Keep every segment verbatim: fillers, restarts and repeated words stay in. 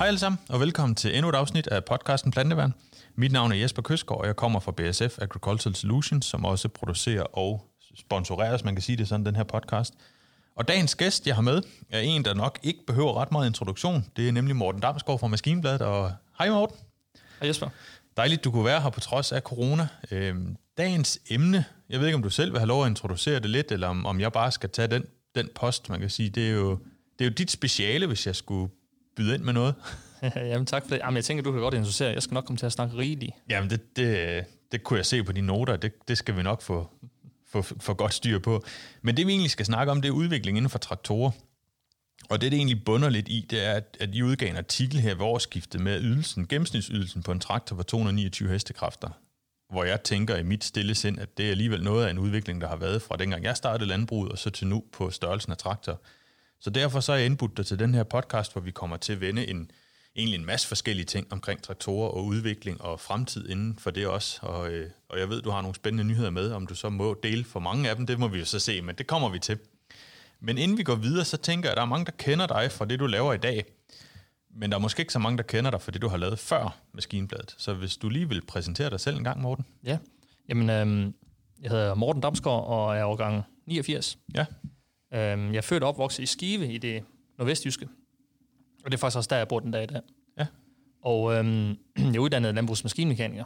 Hej alle sammen, og velkommen til endnu et afsnit af podcasten Planteværn. Mit navn er Jesper Køsgaard, og jeg kommer fra B S F Agricultural Solutions, som også producerer og sponsorerer, hvis man kan sige det sådan, den her podcast. Og dagens gæst, jeg har med, er en, der nok ikke behøver ret meget introduktion. Det er nemlig Morten Damsgaard fra Maskinbladet. Og hej Morten. Hej Jesper. Dejligt, du kunne være her på trods af corona. Øhm, dagens emne, jeg ved ikke, om du selv vil have lov at introducere det lidt, eller om, om jeg bare skal tage den, den post, man kan sige. Det er, jo, det er jo dit speciale, hvis jeg skulle byde ind med noget. Jamen tak for det. Jamen, jeg tænker, du kan godt introducere. Jeg skal nok komme til at snakke rigeligt. Jamen, det, det, det kunne jeg se på dine noter. Det, det skal vi nok få, få, få godt styr på. Men det, vi egentlig skal snakke om, det er udvikling inden for traktorer. Og det, det egentlig bunder lidt i, det er, at, at I udgav en artikel her ved årsskiftet med ydelsen, gennemsnitsydelsen på en traktor på to hundrede og niogtyve hestekræfter. Hvor jeg tænker i mit stille sind, at det er alligevel noget af en udvikling, der har været fra dengang jeg startede landbruget, og så til nu på størrelsen af traktor. Så derfor så er jeg indbudt dig til den her podcast, hvor vi kommer til at vende en, egentlig en masse forskellige ting omkring traktorer og udvikling og fremtid inden for det også. Og, øh, og jeg ved, du har nogle spændende nyheder med, om du så må dele for mange af dem, det må vi jo så se, men det kommer vi til. Men inden vi går videre, så tænker jeg, at der er mange, der kender dig fra det, du laver i dag. Men der er måske ikke så mange, der kender dig for det, du har lavet før Maskinbladet. Så hvis du lige vil præsentere dig selv en gang, Morten. Ja, jamen øhm, jeg hedder Morten Damsgaard og er årgang niogfirs. Ja. Øhm, jeg er født og opvokset i Skive i det nordvestjyske. Og det er faktisk også der, jeg bor den dag i dag. Ja. Og øhm, jeg er uddannet landbrugsmaskinmekaniker.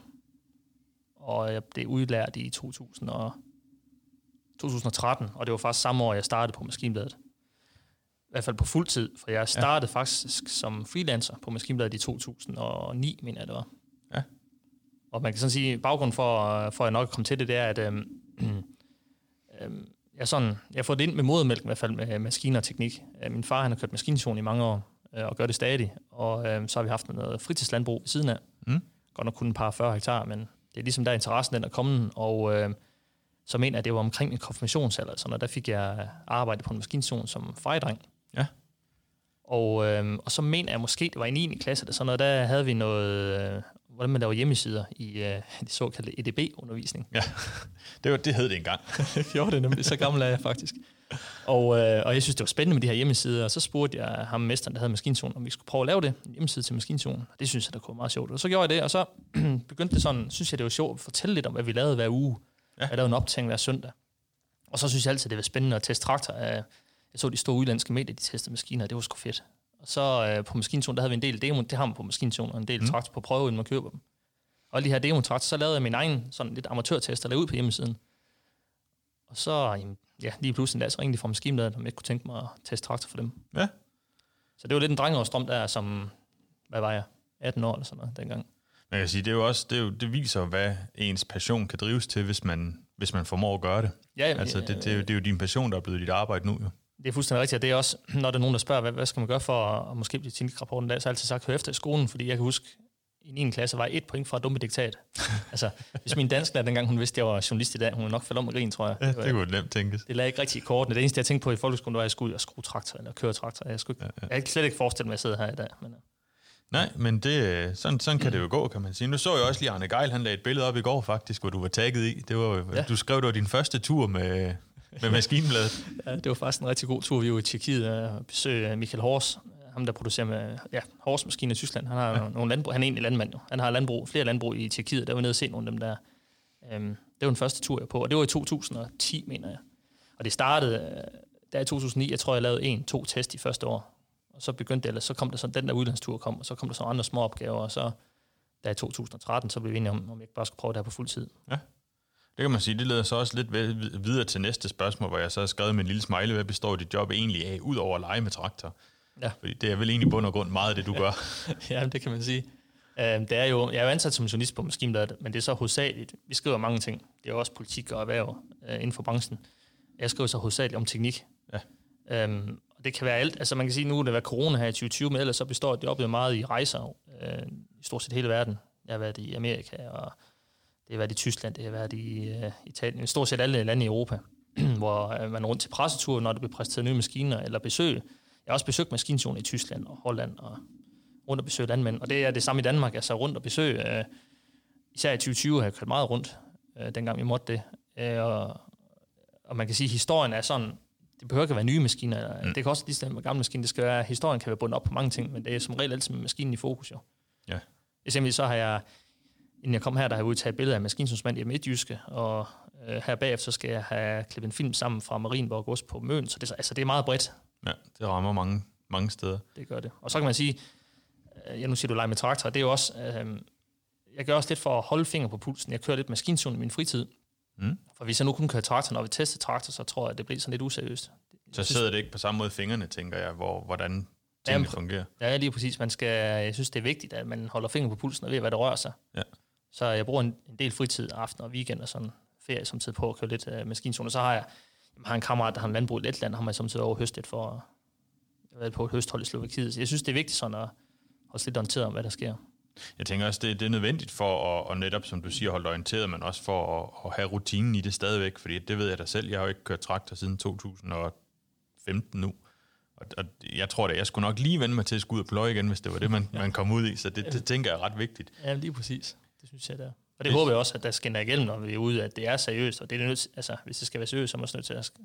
Og jeg blev udlært i to tusind og tretten, og det var faktisk samme år, jeg startede på Maskinbladet. I hvert fald på fuld tid, for jeg startede ja. faktisk som freelancer på Maskinbladet i to tusind og ni, mener jeg det var. Ja. Og man kan sådan sige, baggrunden for, for at jeg nok kom til det, det er, at øhm, øhm, jeg, sådan, jeg har fået det ind med modermælk, i hvert fald med maskiner og teknik. Min far han har kørt maskinstation i mange år, øh, og gør det stadig. Og øh, så har vi haft noget fritidslandbrug ved siden af. Mm. Godt nok kun et par fyrre hektar, men det er ligesom der interessen den er kommet, og øh, så mener jeg, at det var omkring min konfirmationsalder, så når der fik jeg arbejde på en maskinstation som fejedreng. Ja. Og, øh, og så mener jeg måske, det var i niende klasse, eller sådan noget, der havde vi noget, øh, hvordan man laver hjemmesider i øh, det såkaldte E D B-undervisning. Ja, det, var, det hed det engang. Jo, det er nemlig, så gammel er jeg faktisk. Og, øh, og jeg synes, det var spændende med de her hjemmesider, og så spurgte jeg ham, mesteren, der havde maskinstationen, om vi skulle prøve at lave det, en hjemmeside til maskinstationen. Det synes jeg, der kunne være meget sjovt. Og så gjorde jeg det, og så begyndte det sådan, synes jeg, det var sjovt at fortælle lidt om, hvad vi lavede hver uge. Ja. Jeg lavede en optælling hver søndag. Og så synes jeg altid, det var spændende at teste traktor. Jeg så de store udlandske medier, de testede maskiner, det var sgu fedt. Og så øh, på maskinstationen, der havde vi en del demo, det har man på maskinstationen, og en del mm. traktor på prøve, inden man køber dem. Og de her demo-traktor, så lavede jeg min egen sådan lidt amatørtest, og lavede ud på hjemmesiden. Og så, jamen, ja, lige pludselig der, så ringede de fra Maskinbladet, om jeg kunne tænke mig at teste traktor for dem. Ja. Så det var lidt en drengeårsdrøm der, som, hvad var jeg, atten år eller sådan noget dengang. Men jeg kan sige, det er jo også, det, er jo, det viser hvad ens passion kan drives til, hvis man, hvis man formår at gøre det. Ja, jamen, altså, det, det, er jo, det er jo din passion, der er blevet dit arbejde nu, jo. Det er fuldstændig rigtigt, og det er også, når der er nogen, der spørger, hvad, hvad skal man gøre for at måske blive teknikrapporten der, så har jeg altid sagt, hør efter i skolen, fordi jeg kan huske, i niende klasse var jeg et point fra et dumme diktat. Altså, hvis min dansklærer dengang, hun vidste, at jeg var journalist i dag, hun ville nok falde om med grin, tror jeg. Ja, det, det kunne nemt tænkes. Det lagde ikke rigtig i kortene. Det eneste, jeg tænkte på i folkeskolen, var, at jeg skulle ud og skrue traktor, eller køre traktor. Jeg, skulle ikke, ja, ja. jeg kan slet ikke forestille mig, at jeg sidder her i dag. Men, ja. Nej, men det, sådan, sådan kan det jo gå, kan man sige. Nu så jeg også lige Arne Geil, han lagde et billede op i går faktisk, hvor du var tagget i. Det var, ja. Du skrev, det var din første tur med, med Maskinbladet. Ja, det var faktisk en rigtig god tur. Vi var i Tjekkiet og besøgte Michael Hors, ham der producerer med ja, Hors maskiner i Tyskland. Han har ja. nogle landbrug. Han er egentlig landmand jo. Han har landbrug, flere landbrug i Tjekkiet. Der var nede og se nogle af dem der. Øhm, det var den første tur jeg på, og det var i to tusind og ti, mener jeg. Og det startede der i to tusind og ni. Jeg tror jeg lavede en, to test i første år. Og så begyndte det, eller så kom der sådan, den der udlandstur kom, og så kom der så andre små opgaver, og så der i to tusind og tretten, så blev vi enige om, om jeg ikke bare skulle prøve det her på fuld tid. Ja, det kan man sige. Det leder så også lidt videre til næste spørgsmål, hvor jeg så har skrevet med en lille smiley, hvad består dit job egentlig af, ud over at lege med traktor? Ja. Fordi det er vel egentlig bund og grund meget af det, du ja. gør. Ja, det kan man sige. Det er jo, jeg er jo ansat som journalist på Maskinbladet, men det er så hovedsageligt, vi skriver mange ting. Det er også politik og erhverv inden for branchen. Jeg skriver så hovedsageligt om teknik. Ja. Um, og det kan være alt. Altså man kan sige, nu er det været corona her i tyve tyve, men ellers så består det oplevet meget i rejser øh, i stort set hele verden. Jeg har været i Amerika, og det har været i Tyskland, det har været i øh, Italien, i stort set alle lande i Europa, hvor øh, man er rundt til pressetur, når der bliver præsenteret nye maskiner, eller besøg. Jeg har også besøgt maskinstationer i Tyskland og Holland, og rundt og besøge landmænd. Og det er det samme i Danmark, altså rundt og besøge. Øh, især i tyve tyve har jeg kørt meget rundt, øh, dengang vi måtte det. Øh, og, og man kan sige, at historien er sådan, det behøver ikke at være nye maskiner. Mm. Det kan også lige stemme med gamle maskiner. Det skal være, historien kan være bundet op på mange ting, men det er som regel altid med maskinen i fokus, jo. Ja. Eksempelvis så har jeg, inden jeg kom her, der har jeg udtaget billeder af maskinsundsmand i Midtjyske, og øh, her bagefter så skal jeg have klippet en film sammen fra Marienborg Gods på Møn, så det, altså, det er meget bredt. Ja, det rammer mange, mange steder. Det gør det. Og så kan man sige, øh, ja, nu siger du lege med traktor, det er jo også, øh, jeg gør også lidt for at holde finger på pulsen. Jeg kører lidt maskinsund i min fritid. Mm. For hvis jeg nu kun kører traktor, når vi tester traktor, så tror jeg, at det bliver sådan lidt useriøst. Så sidder det ikke på samme måde fingrene, tænker jeg, hvor, hvordan tingene ja, fungerer. Ja, lige præcis. Man skal, jeg synes, det er vigtigt, at man holder fingeren på pulsen og ved, hvad der rører sig. Ja. Så jeg bruger en, en del fritid, aften og weekend og sådan ferie samtidig på at køre lidt uh, maskinsund. Og så har jeg, jeg har en kammerat, der har en landbrug i Letland, har man samtidig over høstet for, jeg har været på et høsthold i Slovakiet. Så jeg synes, det er vigtigt sådan at holde lidt orienteret om, hvad der sker. Jeg tænker også, det, det er nødvendigt for at, og netop, som du siger, holde orienteret, men også for at, at have rutinen i det stadigvæk, fordi det ved jeg da selv. Jeg har jo ikke kørt traktor siden to tusind og femten nu, og, og jeg tror da, jeg skulle nok lige vende mig til at skulle ud og pløje igen, hvis det var det, man, ja. man kom ud i, så det, det tænker jeg er ret vigtigt. Ja, lige præcis. Det synes jeg, der. Og det håber jeg også, at der skinner igennem, når vi er ude, at det er seriøst, og det er nødt, altså, hvis det skal være seriøst, så er man også nødt til at...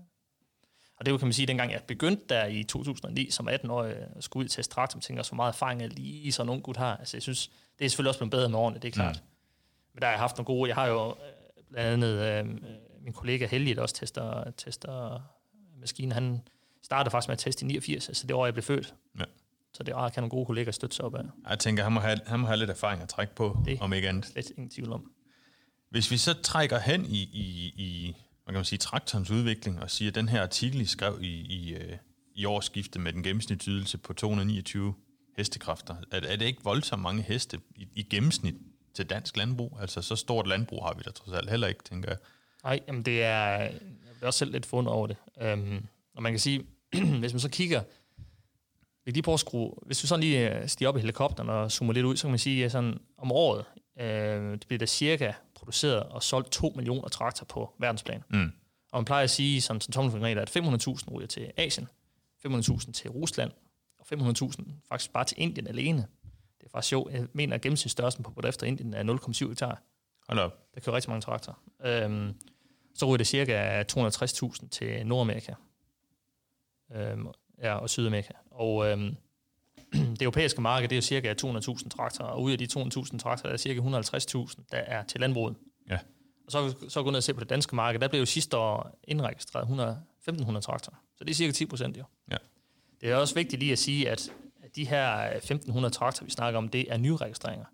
Og det kan man sige, dengang jeg begyndte der i to tusind og ni som atten-årig at skulle ud til traktor, tænker også, hvor meget erfaring jeg lige sådan en ung gut har. Altså, jeg synes, det er selvfølgelig også blevet bedre med årene, det er klart. Mm. Men der har jeg haft nogle gode... Jeg har jo blandt andet øh, min kollega Helge, der også tester, tester maskinen. Han startede faktisk med at teste i niogfirs, altså det år, jeg blev født. Ja. Så det er rart at have nogle gode kolleger støtte sig op af. Jeg tænker, han må have, han må have lidt erfaring at trække på, det, om ikke andet. Det er ingen tvivl om. Hvis vi så trækker hen i... i, i man kan man sige, traktorens udvikling, og siger, at den her artikel, I skrev i, i, i årsskiftet med den gennemsnitsydelse på to hundrede og niogtyve hestekræfter, er, er det ikke voldsomt mange heste i, i gennemsnit til dansk landbrug? Altså, så stort landbrug har vi da trods alt heller ikke, tænker jeg. Nej, jamen det er... Jeg bliver også selv lidt fundet over det. Um, og man kan sige, hvis man så kigger... Vi kan lige prøve at skrue... Hvis du sådan lige stiger op i helikopteren og zoomer lidt ud, så kan man sige, at sådan, om året, øh, det bliver der cirka produceret og solgt to millioner traktor på verdensplan. Mm. Og man plejer at sige, som, som tommelfingerregler, at fem hundrede tusind ryger til Asien, fem hundrede tusind til Rusland, og fem hundrede tusind faktisk bare til Indien alene. Det er faktisk sjovt. Jeg mener, at gennemsnitsstørrelsen på bedrifter i Indien er nul komma syv hektar. Hold op. Der kører rigtig mange traktorer. Øhm, så ryger det cirka to hundrede og tres tusind til Nordamerika øhm, ja, og Sydamerika. Og øhm, det europæiske marked, det er jo cirka to hundrede tusind traktorer, og ud af de to hundrede tusind traktorer, der er cirka et hundrede og halvtreds tusind, der er til landbruget. Ja. Og så, så går ned og se på det danske marked, der blev jo sidste år indregistreret femten hundrede traktorer. Så det er cirka ti procent jo. Ja. Det er også vigtigt lige at sige, at de her femten hundrede traktorer, vi snakker om, det er nye registreringer.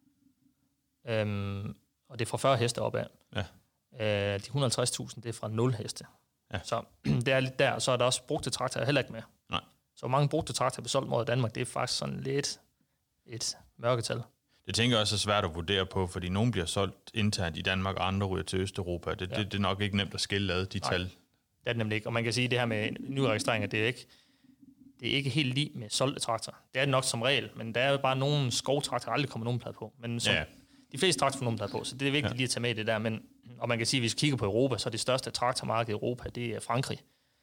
Øhm, og det er fra fyrre heste opad. Ja. Øh, de et hundrede og halvtreds tusind, det er fra nul heste. Ja. Så det er lidt der, og så er der også brugte traktorer heller ikke med. Nej. Så mange brugte traktorer solgt mod Danmark, det er faktisk sådan lidt et mørketal. Det tænker jeg også er svært at vurdere på, fordi nogen bliver solgt internt i Danmark, og andre ryger til Østeuropa. Det, ja. det, det er nok ikke nemt at skille ad de Nej, tal. Det er det nemlig ikke. Og man kan sige, at det her med nye registreringer, det er ikke, det er ikke helt lige med solgte traktorer. Det er det nok som regel, men der er jo bare nogle skovtraktorer, der aldrig kommer nogen plade på. Men som, ja. De fleste traktorer får nogen plade på, så det er vigtigt ja. lige at tage med i det der. Men, og man kan sige, at hvis vi kigger på Europa, så er det største traktormarked i Europa, det er Frankrig.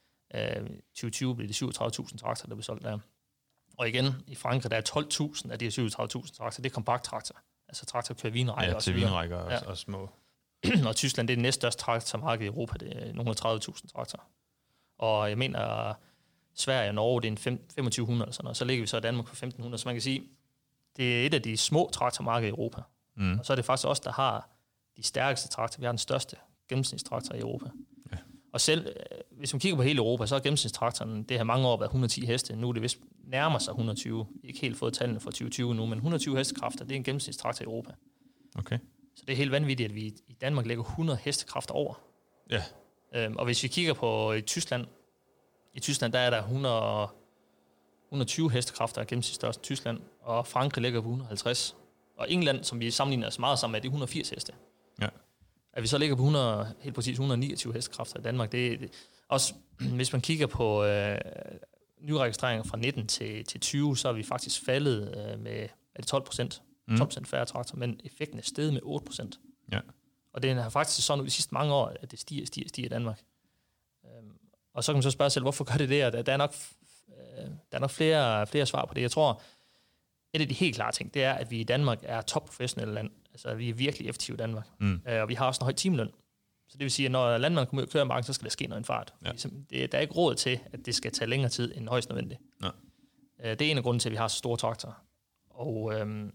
tyve tyve blev det syvogtredive tusind traktorer, der blev solgt der. Og igen, i Frankrig, der er tolv tusind af de her syvogtredive tusind traktorer, det er kompakt-traktor. Altså traktor kører vinrækker. Ja, til vinrækker og, ja. og små. Og Tyskland, det er det næststørste traktormarked i Europa, det er nogle tredive tusind traktorer. Og jeg mener, Sverige og Norge, det er en femogtyve hundrede eller sådan noget. Så ligger vi så i Danmark på femten hundrede, så man kan sige, det er et af de små traktormarkeder i Europa. Mm. Og så er det faktisk os, der har de stærkeste traktorer. Vi har den største gennemsnitstraktor i Europa. Ja. Og selv, hvis man kigger på hele Europa, så er gennemsnitstraktoren, det har mange år været et hundrede og ti heste. Nu er det vist nærmer sig et hundrede og tyve. Vi har ikke helt fået tallene for tyve tyve nu, men et hundrede og tyve hestekræfter, det er en gennemsnitstraktor i Europa. Okay. Så det er helt vanvittigt, at vi i Danmark lægger hundrede hestekræfter over. Ja. Øhm, og hvis vi kigger på i Tyskland, i Tyskland der er der hundrede, et hundrede og tyve hestekræfter af gennemsnitstørrelsen i Tyskland, og Frankrig ligger på et hundrede og halvtreds. Og England, som vi sammenligner os meget sammen med, det er et hundrede og firs heste. Ja. At vi så ligger på hundrede, helt præcis et hundrede og niogtyve hestekræfter i Danmark, det er også, hvis man kigger på øh, nye registreringer fra nitten til, til tyve, så er vi faktisk faldet øh, med er det tolv procent. Mm. tolv procent færre traktor, men effekten er steget med otte procent. Ja. Og det har faktisk sådan ud de sidste mange år, at det stiger, stiger, stiger i Danmark. Øhm, og så kan man så spørge sig selv, hvorfor gør det det? Der, der er nok, øh, der er nok flere, flere svar på det. Jeg tror, et af de helt klare ting, det er, at vi i Danmark er top professionelle land. Altså, vi er virkelig effektive i Danmark. Mm. Øh, og vi har også en høj timeløn. Så det vil sige, at når landmanden kommer ud og kører i marken, så skal der ske noget i en fart. Ja. Det, der er ikke råd til, at det skal tage længere tid end højst nødvendigt. Ja. Det er en af grunden til, at vi har så store traktorer. Og øhm,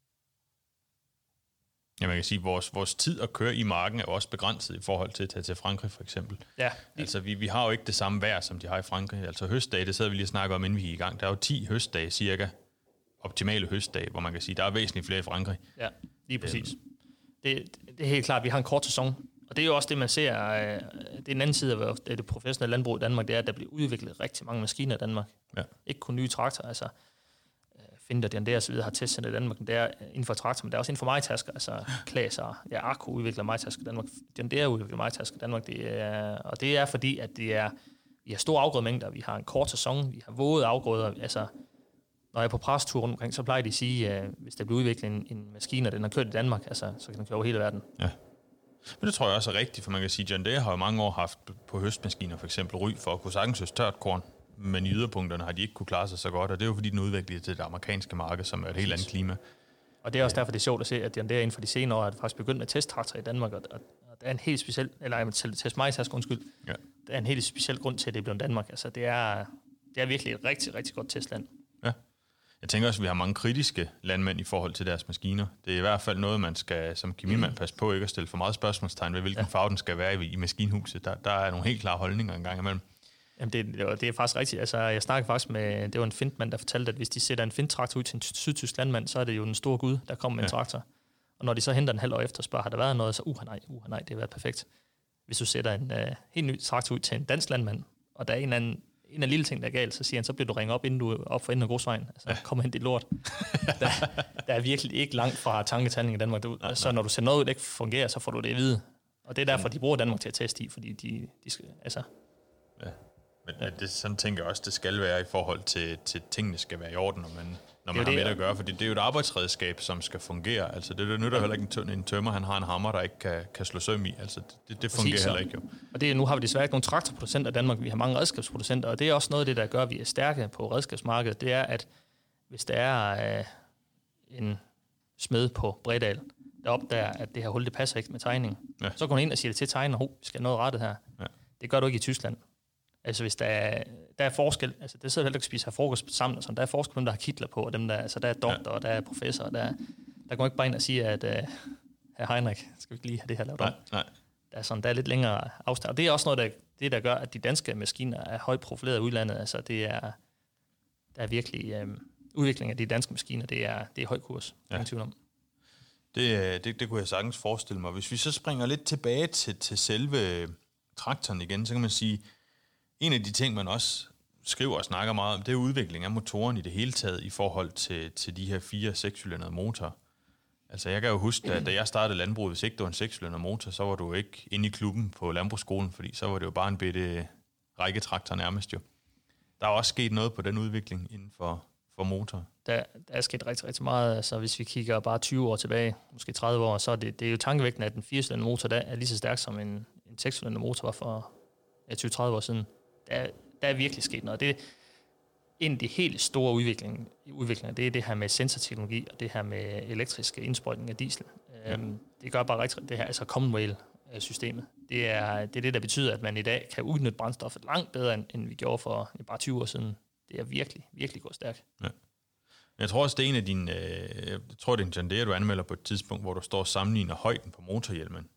ja, man kan sige, at vores, vores tid at køre i marken er jo også begrænset i forhold til at tage til Frankrig, for eksempel. Ja. Altså, vi, vi har jo ikke det samme vejr, som de har i Frankrig. Altså, høstdage, det sad vi lige og snakker om, inden vi gik i gang. Der er jo ti høstdage, cirka, optimale høstdage, hvor man kan sige, der er væsentligt flere i Frankrig. Ja, lige præcis. Øhm. Det, det er helt klart, at vi har en kort sæson. Og det er jo også det, man ser. Øh, det er en anden side af det professionelle landbrug i Danmark, det er, at der bliver udviklet rigtig mange maskiner i Danmark. Ja. Ikke kun nye traktorer, altså Finder, D N D og så videre har testcenter i Danmark, men det er inden for traktor, men det er også inden for majtasker, altså Klaser, ja, Arco udvikler majtasker i Danmark, D N D udvikler majtasker i Danmark, det er, og det er fordi, at det er, vi har store afgrødemængder, vi har en kort sæson, vi har våde afgrøder, altså når jeg er på prestur rundt omkring, så plejer de at sige, at hvis der bliver udviklet en, en maskine, og den har kørt i Danmark, altså, så kan den køre over hele verden. Ja. Men det tror jeg også er rigtigt, for man kan sige, at John Deere har jo mange år haft på høstmaskiner, for eksempel ry, for at kunne sagtens høste tørt korn. Men i yderpunkterne har de ikke kunne klare sig så godt, og det er jo fordi, den udvikler til det amerikanske marked, som er et helt andet klima. Og det er også derfor, det er sjovt at se, at John Deere inden for de senere år har faktisk begyndt med testtraktorer i Danmark, og, og, og der er en helt speciel, eller jeg vil teste mig task, undskyld, ja. Der er en helt speciel grund til, at det bliver Danmark. Altså, det er, det er virkelig et rigtig, rigtig godt testland. Ja. Jeg tænker også, at vi har mange kritiske landmænd i forhold til deres maskiner. Det er i hvert fald noget, man skal som kemimand mm. passe på, ikke at stille for meget spørgsmålstegn ved, hvilken ja. farve den skal være i, i maskinhuset. Der, der er nogle helt klare holdninger en gang imellem. Jamen det, det er faktisk rigtigt. Altså, jeg snakkede faktisk med, det var en fintmand, der fortalte, at hvis de sætter en finttraktor ud til en sydtysk landmand, så er det jo den store gud, der kommer med en ja. traktor. Og når de så henter en halv år efter og spørger, har der været noget, så uha nej, uha nej, det har været perfekt. Hvis du sætter en uh, helt ny traktor ud til en dansk landmand, og der er en anden, en af lille ting, der er galt, så siger han, så bliver du ringet op, inden du op for enden af grusvejen. Altså, ja. kom hen dit lort. der, der er virkelig ikke langt fra tanketandling i Danmark. Du, nej, så nej. Når du sender noget ud, det ikke fungerer, så får du det at vide. Og det er derfor, de bruger Danmark til at teste i, fordi de, de skal, altså... Ja. Men ja. det, sådan tænker jeg også, det skal være i forhold til, til tingene skal være i orden, når man, når man har det, med det at gøre. Fordi det er jo et arbejdsredskab, som skal fungere. Altså det, det nytter ja. heller ikke en, en tømmer, han har en hammer, der ikke kan, kan slå søm i. Altså det, det fungerer heller ikke jo. Og det, nu har vi desværre ikke nogen traktorproducenter i Danmark, vi har mange redskabsproducenter, og det er også noget af det, der gør, at vi er stærke på redskabsmarkedet. Det er, at hvis der er øh, en smed på Bredal, der opdager, at det her hul, det passer ikke med tegningen, ja. så går han ind og siger det til tegner, ho, vi skal have noget rettet her. Ja. Det gør du ikke i Tyskland. Altså hvis der er, der er forskel, altså det sidder heller ikke og spiser frokost sammen, og sådan, der er forskel på dem, der har kitler på, og dem der, altså der er doktor, ja. og der er professor, og der, der går ikke bare ind og siger, at uh, herr Heinrich, skal vi ikke lige have det her lavet om? Nej, nej. Der er sådan, der er lidt længere afstand, og det er også noget, der, det der gør, at de danske maskiner er højt profileret i udlandet, altså det er, der er virkelig, øhm, udvikling af de danske maskiner, det er, det er høj kurs, ja. ingen tvivl om. Det, det, det kunne jeg sagtens forestille mig. Hvis vi så springer lidt tilbage til, til selve traktoren igen, så kan man sige, en af de ting, man også skriver og snakker meget om, det er udvikling af motoren i det hele taget i forhold til, til de her fire sekscylindrede motorer. Altså jeg kan jo huske, at da jeg startede landbruget, hvis ikke det var en sekscylindret motor, så var du ikke inde i klubben på landbrugsskolen, fordi så var det jo bare en bitte rækketraktor nærmest jo. Der er også sket noget på den udvikling inden for, for motor. Der, der er sket rigtig, rigtig meget. Altså hvis vi kigger bare tyve år tilbage, måske tredive år, så er det, det er jo tankevækkende, at en firecylindret motor der er lige så stærk som en, en sekscylindret motor var for ja, tyve til tredive år siden. Der, der er virkelig sket noget. Det er en af de helt store udviklinger, udviklinger, det er det her med sensorteknologi og det her med elektriske indsprøjtning af diesel. Ja. Øhm, det gør bare rigtig det her, altså Commonwealth-systemet. Det er, det er det, der betyder, at man i dag kan udnytte brændstoffet langt bedre, end, end vi gjorde for bare tyve år siden. Det er virkelig, virkelig gået stærkt. Ja. Jeg tror også, det er en af dine, øh, jeg tror, det er en John Deere, du anmelder på et tidspunkt, hvor du står og sammenligner højden på motorhjelmen.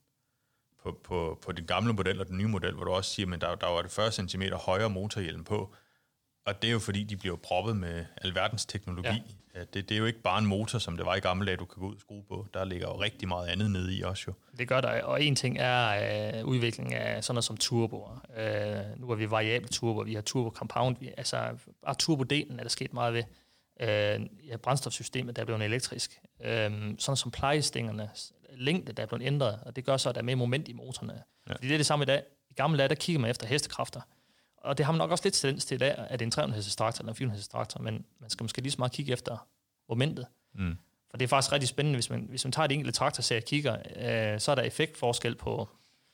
På, på, på den gamle model og den nye model, hvor du også siger, at der, der var det fyrre centimeter højere motorhjelm på. Og det er jo fordi, de bliver proppet med alverdens teknologi. Ja. Det, det er jo ikke bare en motor, som det var i gamle dage, du kan gå ud og skrue på. Der ligger jo rigtig meget andet nede i også jo. Det gør der, og en ting er øh, udvikling af sådan noget som turboer. Øh, nu er vi variable turboer, vi har turbo compound. Vi, altså, bare turbodelen er der sket meget ved. Øh, ja, brændstofsystemet, der er blevet elektrisk. Øh, sådan som plejestængerne, længde, der er blevet ændret, og det gør så, at der er mere moment i motorerne. Ja. Fordi det er det samme i dag. I gamle dage, der kigger man efter hestekræfter. Og det har man nok også lidt tendens til i dag, at det er en tre hundrede hestes traktor eller en fire hundrede hestes traktor, men man skal måske lige så meget kigge efter momentet. Mm. For det er faktisk rigtig spændende, hvis man, hvis man tager et enkelt traktorserie og kigger, øh, så er der effektforskel på,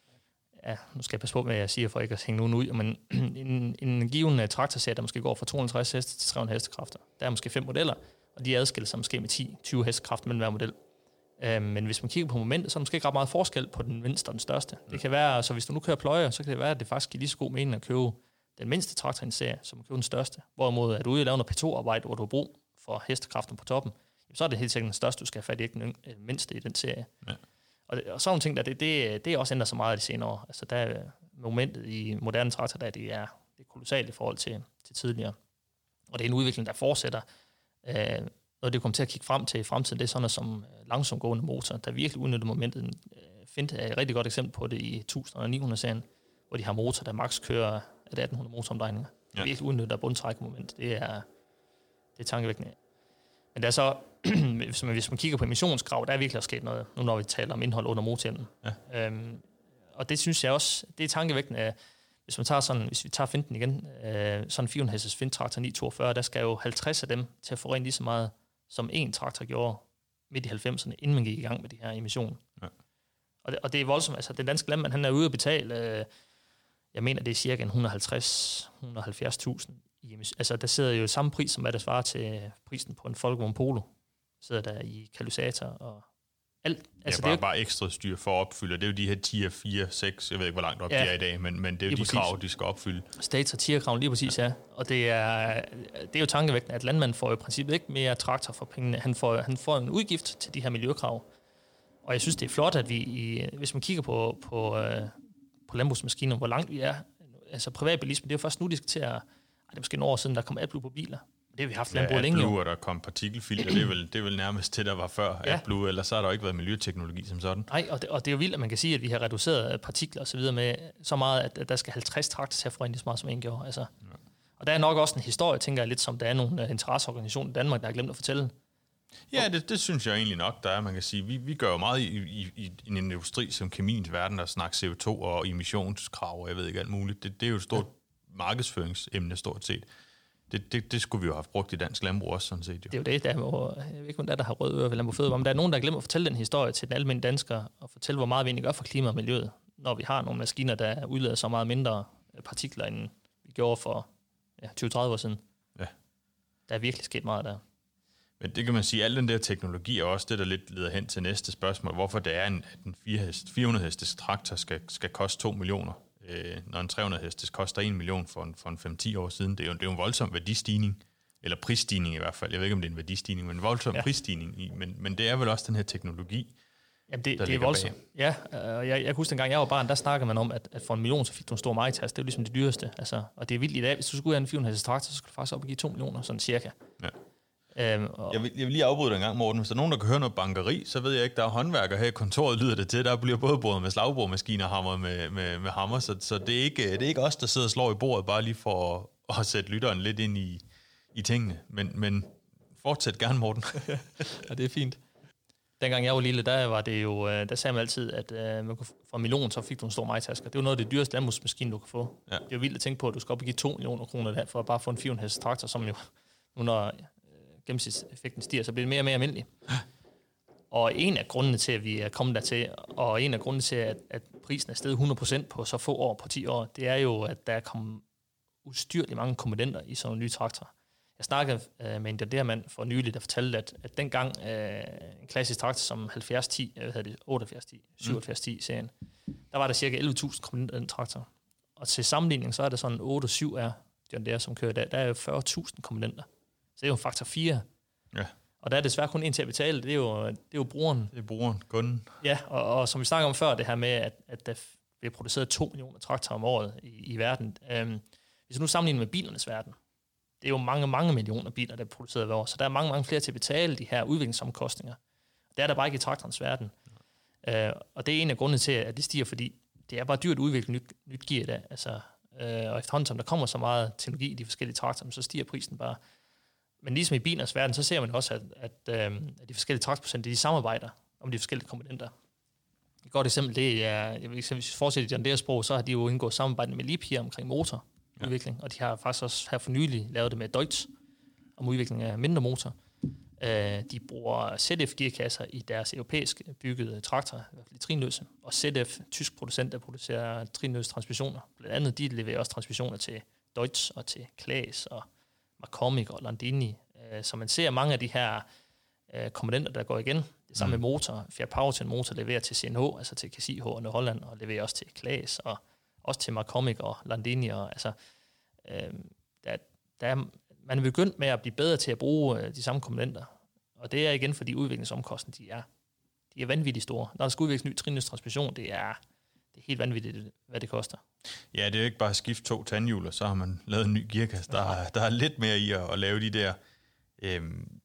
ja, nu skal jeg passe på, hvad jeg siger, for ikke at hænge nogen ud, men en, en given traktorserie, der måske går fra to hundrede og halvtreds heste til tre hundrede hestekræfter. Der er måske fem modeller, og de adskiller sig måske med ti til tyve hestekræfter mellem hver model. Øh, men hvis man kigger på momentet, så er der måske ikke ret meget forskel på den mindste og den største. Mm. Det kan være, så hvis du nu kører pløjer, så kan det være, at det faktisk giver lige så god mening at købe den mindste traktor i en serie, som at købe den største. Hvorimod, at du ude og lave noget P to arbejde, hvor du har brug for hestekraften på toppen, så er det helt sikkert den største, du skal have fat i, ikke den mindste i den serie. Ja. Og, det, og sådan nogle ting, der, det, det, det er også ændret så meget af de senere år. Altså der er momentet i moderne traktor, der det er, det er kolossalt i forhold til, til tidligere. Og det er en udvikling, der fortsætter. Øh, noget det kommer til at kigge frem til i fremtiden, det er sådan noget som langsomgående motor, der virkelig udnytter momentet. Fint er et rigtig godt eksempel på det i tusind og ni hundrede-serien, hvor de har motor, der maks kører atten hundrede motoromdrejninger. Ja. Det virkelig udnytter bundtrækmoment. Det er, det er tankevækkende. Men der er så, hvis, man, hvis man kigger på emissionskrav, der er virkelig sket noget, nu når vi taler om indhold under motorhjelmen. Ja. Øhm, og det synes jeg også, det er tankevækkende. Hvis man tager sådan, hvis vi tager finten igen, øh, sådan en fire komma fem hestes finttraktor ni toogfyrre, der skal jo halvtreds af dem til at forurene lige så meget, som en traktor gjorde midt i halvfemserne, inden man gik i gang med de her emissioner. Ja. Og, det, og det er voldsomt. Altså, den danske landmand, han er ude at betale, øh, jeg mener, det er cirka et hundrede og halvtreds til et hundrede og halvfjerds tusind. Altså, der sidder jo samme pris, som hvad der svarer til prisen på en Volkswagen Polo. Sidder der i katalysator og alt. Altså, ja, bare, det er bare ekstra styr for at opfylde. Det er jo de her tier fire, seks, jeg ved ikke, hvor langt op ja, de er i dag, men, men det er jo de præcis. krav, de skal opfylde. Stats- og tier-krav, lige præcis, ja. ja. Og det er, det er jo tankevækkende, at landmanden får i princippet ikke mere traktor for pengene. Han får, han får en udgift til de her miljøkrav. Og jeg synes, det er flot, at vi, i, hvis man kigger på, på, på landbrugsmaskiner, hvor langt vi er, altså privatbilisme, det er jo først nu, de skal til at, det er måske en år siden, der kom AdBlue på biler. Det har vi haft landbrug ja, længe. AdBlue, og der kom partikelfilter, det er vel, det er vel nærmest til, der var før ja. AdBlue, ellers så har der jo ikke været miljøteknologi som sådan. Nej, og det, og det er jo vildt, at man kan sige, at vi har reduceret partikler og så videre med så meget, at, at der skal halvtreds traktor til at forurene lige så meget, som en gjorde. Altså. Ja. Og der er nok også en historie, tænker jeg lidt, som der er nogle uh, interesseorganisationer i Danmark, der har glemt at fortælle. Ja, det, det synes jeg egentlig nok, der er. Man kan sige, vi, vi gør jo meget i, i, i en industri som kemiens verden, der snakker C O to og emissionskrav, og jeg ved ikke alt muligt. Det, det er jo et stort ja. markedsføringsemne, stort set. Det, det, det skulle vi jo have brugt i dansk landbrug også, sådan set. Jo. Det er jo det, der er, hvor, jeg ved ikke, om der, der har rød øre ved Landbrug Fødevare, men der er nogen, der glemmer at fortælle den historie til den almindelige dansker, og fortælle, hvor meget vi egentlig gør for klima og miljøet, når vi har nogle maskiner, der udleder så meget mindre partikler, end vi gjorde for ja, tyve til tredive år siden. Ja. Der er virkelig sket meget der. Men det kan man sige, al den der teknologi er også det, der lidt leder hen til næste spørgsmål. Hvorfor det er, en, at en fire hundrede hestes traktor skal, skal koste to millioner, øh, når en tre hundrede hestes koster en million for en, for en fem til ti år siden. Det er, jo, det er jo en voldsom værdistigning, eller prisstigning i hvert fald. Jeg ved ikke, om det er en værdistigning, men en voldsom ja. prisstigning. I, men, men det er vel også den her teknologi, Jamen det, der det er voldsomt. Bag. Ja, øh, jeg, jeg kan huske, dengang jeg var barn, der snakkede man om, at, at for en million, så fik du en stor majtas. Det er jo ligesom det dyreste. Altså, og det er vildt i dag. Hvis du skulle have en fire hundrede hestes traktor, så skulle du faktisk op og give to millioner, sådan cirka. Ja. Øhm, jeg, vil, jeg vil lige afbryde dig en gang, Morten. Hvis der er nogen, der kan høre noget bankeri, så ved jeg ikke, der er håndværker her i kontoret, lyder det til. Der bliver både boret med slagbordmaskiner og hammer med, med, med hammer, så, så det, er ikke, det er ikke os, der sidder og slår i bordet, bare lige for at, at sætte lytteren lidt ind i, i tingene. Men, men fortsæt gerne, Morten. Ja, det er fint. Dengang jeg var lille, der var det jo, der sagde man altid, at uh, man kunne, for en million, så fik du en stor majtasker. Det var noget af det dyreste landbrugsmaskine, du kan få. Ja. Det er jo vildt at tænke på, at du skal op og give to millioner kroner der, for at bare få en fire hundrede hestes traktor, som jo, nu når gennemsnitseffekten stiger, så bliver det mere og mere almindeligt. Og en af grundene til, at vi er kommet dertil, og en af grundene til, at, at prisen er steget hundrede procent på så få år, på ti år, det er jo, at der er kommet ustyrligt mange komponenter i sådan en ny traktor. Jeg snakkede øh, med en dermand for nylig, der fortalte, at, at dengang øh, en klassisk traktor som halvfjerds ti, jeg ved det, otteoghalvfjerds ti, syvoghalvfjerds ti-serien, der var der cirka elleve tusind komponenter i den traktor. Og til sammenligning, så er der sådan otte syv R, John Deere, som kører der, der er jo fyrre tusind komponenter. Så det er jo faktor fire. Ja. Og der er desværre kun en til at betale. Det er jo, det er jo brugeren. Det er brugeren, kunden. Ja, og, og som vi snakker om før, det her med, at, at der bliver produceret to millioner traktorer om året i, i verden. Øhm, hvis du nu sammenligner med bilernes verden, det er jo mange, mange millioner biler, der er produceret hver år. Så der er mange, mange flere til at betale de her udviklingsomkostninger. Det er der bare ikke i traktorens verden. Ja. Øh, og det er en af grundene til, at det stiger, fordi det er bare dyrt at udvikle nyt, nyt gear i dag. Altså, øh, og efterhånden, som der kommer så meget teknologi i de forskellige traktorer, så stiger prisen bare. Men ligesom i bilers verden, så ser man også, at, at, øh, at de forskellige traktorproducenter, de samarbejder om de forskellige komponenter. Et godt eksempel, det er, jeg vil eksempel, hvis vi fortsætter i John Deere sprog, så har de jo indgået samarbejde med Liebherr omkring motorudvikling, ja. Og de har faktisk også her for nylig lavet det med Deutz om udvikling af mindre motor. Uh, de bruger Z F gearkasser i deres europæisk byggede traktor, i hvert fald i trinløse, og Z F, tysk producent, der producerer trinløse transmissioner. Blandt andet, de leverer også transmissioner til Deutz og til Klaas og McCormick og Landini. Så man ser mange af de her komponenter, der går igen. Det samme mm. med motor. Fiat Powertrain motor leverer til C N H, altså til K C H og Holland, og leverer også til Claas, og også til McCormick og Landini. Og, altså, øh, der, der er, man er begyndt med at blive bedre til at bruge øh, de samme komponenter. Og det er igen, fordi udviklingsomkostninger, de er, de er vanvittigt store. Når der skal udvikles ny trinløs transmission, det er, det er helt vanvittigt, hvad det koster. Ja, det er jo ikke bare at skifte to tandhjul, og så har man lavet en ny gearkasse. Der, ja. der er lidt mere i at, at lave de der... Øhm,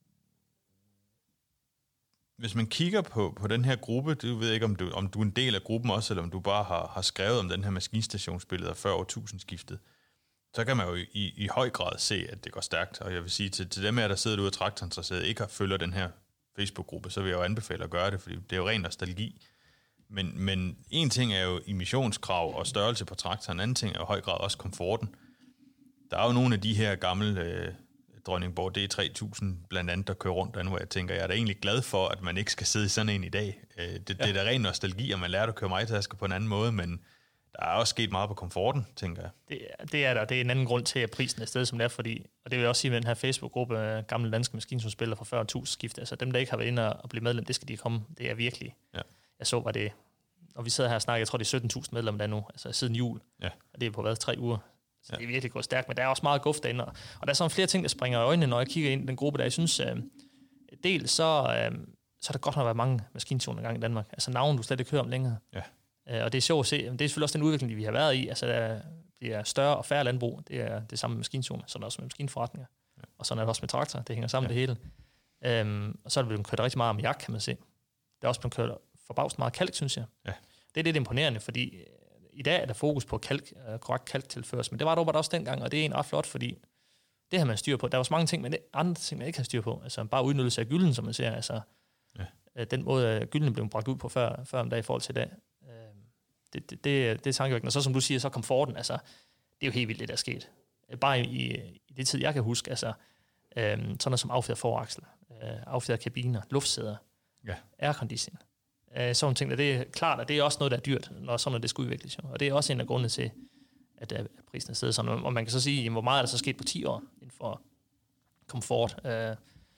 hvis man kigger på, på den her gruppe, du ved ikke, om du, om du er en del af gruppen også, eller om du bare har, har skrevet om den her maskinstationsbilleder før årtusindskiftet, så kan man jo i, i høj grad se, at det går stærkt. Og jeg vil sige, til, til dem her, der sidder ude af traktorinteresseret, ikke har følger den her Facebook-gruppe, så vil jeg jo anbefale at gøre det, fordi det er jo ren nostalgi. Men, men en ting er jo emissionskrav og størrelse på traktoren, en anden ting er jo i høj grad også komforten. Der er jo nogle af de her gamle øh, Dronningborg D tre tusind, blandt andet, der kører rundt der nu, hvor jeg tænker, jeg er da egentlig glad for, at man ikke skal sidde i sådan en i dag. Øh, det, ja. det er da ren nostalgi, og man lærer at køre majtasker på en anden måde, men der er også sket meget på komforten, tænker jeg. Det, det er der, det er en anden grund til, at prisen er et sted, som det er, fordi, og det vil jeg også sige med den her Facebook-gruppe, gamle danske maskinspillere fra fyrre tusind skift, altså dem, der ikke har været inde og blive medlem, det skal de komme, det er virkelig. Ja. Jeg så, var det, og vi sidder her og snakker, jeg tror, det er sytten tusind medlemmer der nu, altså siden jul, ja. Og det er på hvad, tre uger. Så ja. Det er virkelig gået stærkt, men der er også meget guft derinde, og, og der er sådan flere ting, der springer i øjnene, når jeg kigger ind i den gruppe, der jeg synes, øh, dels så, øh, så er der godt nok været mange maskinstationer i gang i Danmark, altså navn, du slet ikke hører om længere. Ja. Og det er sjovt at se, det er selvfølgelig også den udvikling, vi har været i. Altså, der bliver større og færre landbrug. Det er det samme med maskinstationer, sådan også med maskinforretninger. Ja. Og sådan er det også med traktor. Det hænger sammen ja. Det hele. Um, og så er det blevet kørt rigtig meget ammoniak, kan man se. Det er også blevet kørt forbavst meget kalk, synes jeg. Ja. Det er lidt imponerende, fordi i dag er der fokus på kalk, uh, korrekt kalktilførsel. Men det var der også dengang, og det er en ret flot, fordi det har man styr på. Der var så mange ting, men det andre ting, man ikke har styr på. Altså bare udnyttelse af gylden, som man ser. Altså, ja. Den måde, gylden blev bragt ud på før, før om dag i forhold til i dag. Det, det, det, det er tankevækkende. Og så som du siger, så komforten, altså, det er jo helt vildt, det der er sket. Bare i, i det tid, jeg kan huske, altså, øhm, sådan noget som affjedret foraksel, øh, affjedret kabiner, luftsæder, ja. Aircondition. Øh, sådan ting, der det er klart, at det er også noget, der er dyrt, når sådan noget, det skal udvikles. Jo. Og det er også en af grundene til, at, at prisen er stedet sådan. Og man kan så sige, jamen, hvor meget er der så sket på ti år inden for komfort. Øh,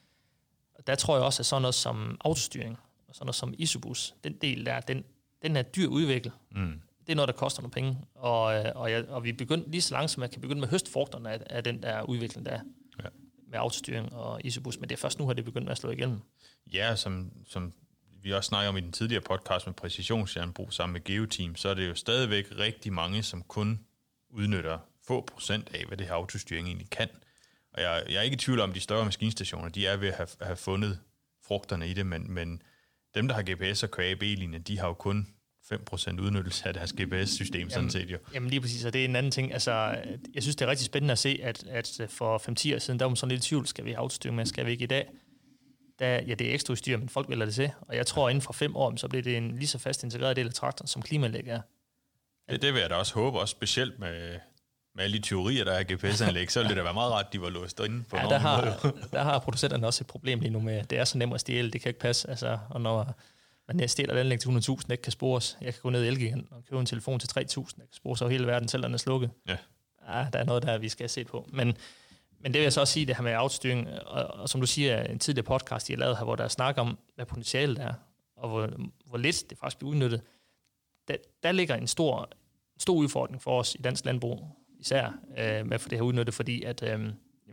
der tror jeg også, at sådan noget som autostyring, og sådan noget som Isobus, den del der, den Den er dyr udviklet. Mm. Det er noget, der koster nogle penge. Og, og, jeg, og vi begyndte lige så langsomt, at man kan begynde med høstfrugterne af, af den der udvikling, der ja. Med autostyring og Isobus. Men det er først nu, at det begyndt med at slå igennem. Ja, som, som vi også snakker om i den tidligere podcast med præcisionsjernbrug sammen med Geoteam, så er det jo stadigvæk rigtig mange, som kun udnytter få procent af, hvad det her autostyring egentlig kan. Og jeg, jeg er ikke i tvivl om, de større maskinstationer, de er ved at have, have fundet frugterne i det, men, men dem, der har G P S og kører A B-linje, de har jo kun fem procent udnyttelse af deres G P S-system, jamen, sådan set jo. Jamen lige præcis, og det er en anden ting. Altså, jeg synes, det er rigtig spændende at se, at, at for fem til ti år siden, der var man sådan lidt i tvivl, skal vi have autostyring med, skal vi ikke i dag? Der, ja, det er ekstra udstyr, men folk vælger det til. Og jeg tror, at inden for fem år, så bliver det en lige så fast integreret del af traktoren, som klimaanlæg er. Det, det vil jeg da også håbe, også specielt med, med alle de teorier, der er G P S-anlæg, så ville det da være meget rart, de var låst inde på ja, der har, der har producenterne også et problem lige nu med, det er så nemt at stjæle, det kan ikke passe. Altså, og når man stjæler et anlæg til hundrede tusind, ikke kan spores, jeg kan gå ned i Elgiganten og købe en telefon til tre tusind, der kan spores over hele verden, selv den er slukket. Ja. Ja, der er noget, der vi skal se på. Men, men det vil jeg så også sige, det her med autostyring, og, og som du siger, en tidligere podcast, de har lavet her, hvor der er snak om, hvad potentialet er, og hvor, hvor lidt det faktisk bliver udnyttet. Der, der ligger en stor, stor udfordring for os i dansk landbrug, især øh, med at få det her udnyttet, fordi at øh,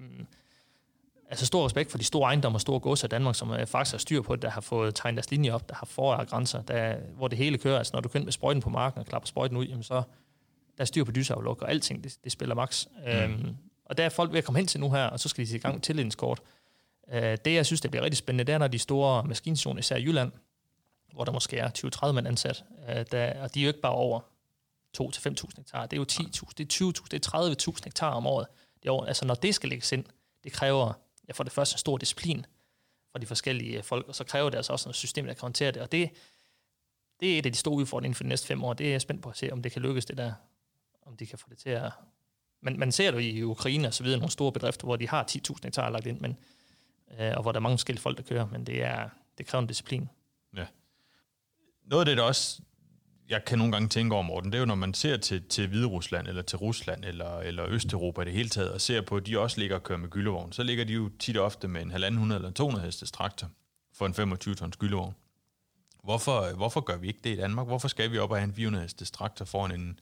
altså stor respekt for de store ejendomme og store godser i Danmark, som øh, faktisk har styr på det, der har fået tegnet deres linje op, der har forrige grænser, der, hvor det hele kører. Altså når du kører med sprøjten på marken og klapper sprøjten ud, jamen så der er styr på dysafluk, og alting, det, det spiller max. Mm. Øhm, og der er folk ved at komme hen til nu her, og så skal de i gang med tillidningskort. Øh, det, jeg synes, det bliver rigtig spændende, det er, når de store maskinstationer, især i Jylland, hvor der måske er tyve til tredive mand ansat, øh, der, og de er jo ikke bare over to til fem tusind hektar, det er jo ti tusind, det er tyve tusind, det er tredive tusind hektar om året. Det er over, altså når det skal lægges ind, det kræver ja, for det første en stor disciplin fra de forskellige folk, og så kræver det altså også noget system, der kan håndtere det, og det, det er et af de store udfordringer for de næste fem år. Det er jeg spændt på at se, om det kan lykkes det der, om de kan få det til at... Men man ser det i Ukraine og så videre, nogle store bedrifter, hvor de har ti tusind hektar lagt ind, men, øh, og hvor der er mange forskellige folk, der kører, men det, er, det kræver en disciplin. Ja. Noget af det, der også, jeg kan nogle gange tænke over, Morten, det er jo, når man ser til, til Hviderusland, eller til Rusland, eller, eller Østeuropa i det hele taget, og ser på, at de også ligger og kører med gyldevogn, så ligger de jo tit ofte med en halvanden hundrede eller to hundrede hestes traktor for en femogtyve tons gyldevogn. Hvorfor, hvorfor gør vi ikke det i Danmark? Hvorfor skal vi op og have en fire hundrede hestes traktor foran en,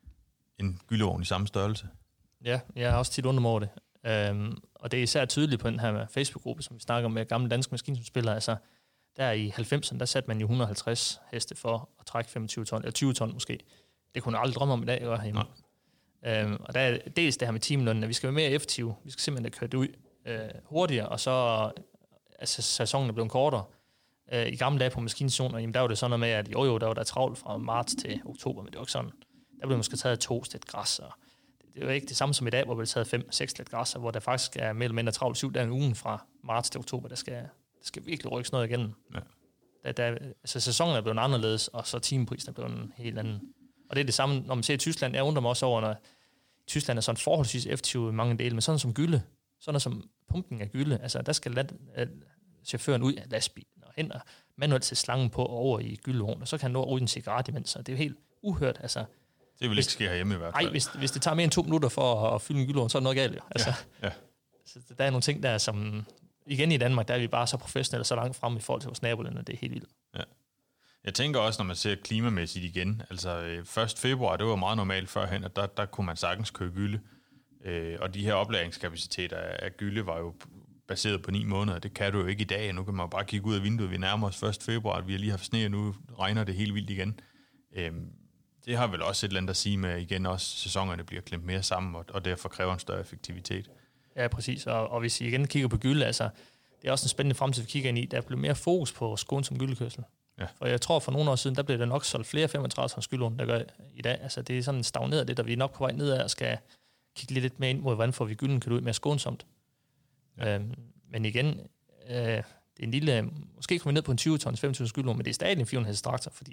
en gyllevogn i samme størrelse? Ja, jeg har også tit undret mig over det. Øhm, og det er især tydeligt på den her Facebook-gruppe, som vi snakker om med gamle danske maskinspillere. Altså, der i halvfemserne, der satte man jo et hundrede og halvtreds heste for at trække femogtyve ton, eller tyve ton måske. Det kunne jeg aldrig drømme om i dag, jeg var hjemme. Øhm, og der er dels det her med timelønnen, at vi skal være mere effektive. Vi skal simpelthen have kørt ud øh, hurtigere, og så altså, sæsonen er blevet kortere. Øh, I gamle dage på maskinstationer, jamen, der var det sådan noget med, at jo jo, der var der travlt fra marts til oktober, men det var ikke sådan. Der blev måske taget to slæt græs, og det er jo ikke det samme som i dag, hvor der bliver taget fem, seks slæt græs, hvor der faktisk er mere eller mindre travlt syv dage ugen fra marts til oktober. Der skal, der skal virkelig rykkes noget igennem. Ja. Der, der, altså, sæsonen er blevet anderledes, og så timeprisen er blevet en helt anden. Og det er det samme, når man ser i Tyskland. Jeg undrer mig også over, når Tyskland er sådan forholdsvis effektiv i mange dele, men sådan som gylde, sådan som pumpning af gylde, altså der skal lad, chaufføren ud af lastbilen og hen og manuelt sætte slangen på over i gyldevognen, og så kan han nå at ryge en cigaret imens, og det er jo helt uhørt. Altså, det vil ikke ske herhjemme i hvert fald. Nej, hvis, hvis det tager mere end to minutter for at, at fylde en gyldevogn, så er det noget galt jo. Altså, ja, ja. Så der er nogle ting, der som igen i Danmark, der er vi bare så professionelle, så langt frem i forhold til vores nabolande, det er helt vildt. Ja. Jeg tænker også, når man ser klimamæssigt igen, altså første februar, det var meget normalt førhen, at der, der kunne man sagtens købe gylde, øh, og de her oplæringskapaciteter af gylde var jo baseret på ni måneder. Det kan du jo ikke i dag. Nu kan man bare kigge ud af vinduet. Vi nærmer os første februar, vi har lige haft sne, og nu regner det helt vildt igen. Øh, det har vel også et eller andet at sige med, igen også sæsonerne bliver klemt mere sammen, og, og derfor kræver en større effektivitet. Ja, præcis. Og, og hvis I igen kigger på gylde, altså, det er også en spændende fremtid, vi kigger ind i. Der bliver mere fokus på skånsom gyldekørsel. Ja. For jeg tror, for nogle år siden, der blev der nok solgt flere femogtredive tons gyldevogn, der gør i dag. Altså, det er sådan stagneret lidt, og vi er nok på vej nedad og skal kigge lidt mere ind mod, hvordan får vi gylden kørt ud mere skånsomt. Ja. Øhm, men igen, øh, det er en lille, måske kommer vi ned på en tyve tons, femogtyve tons gyldevogn, men det er stadig en fire hundrede hestes traktor, fordi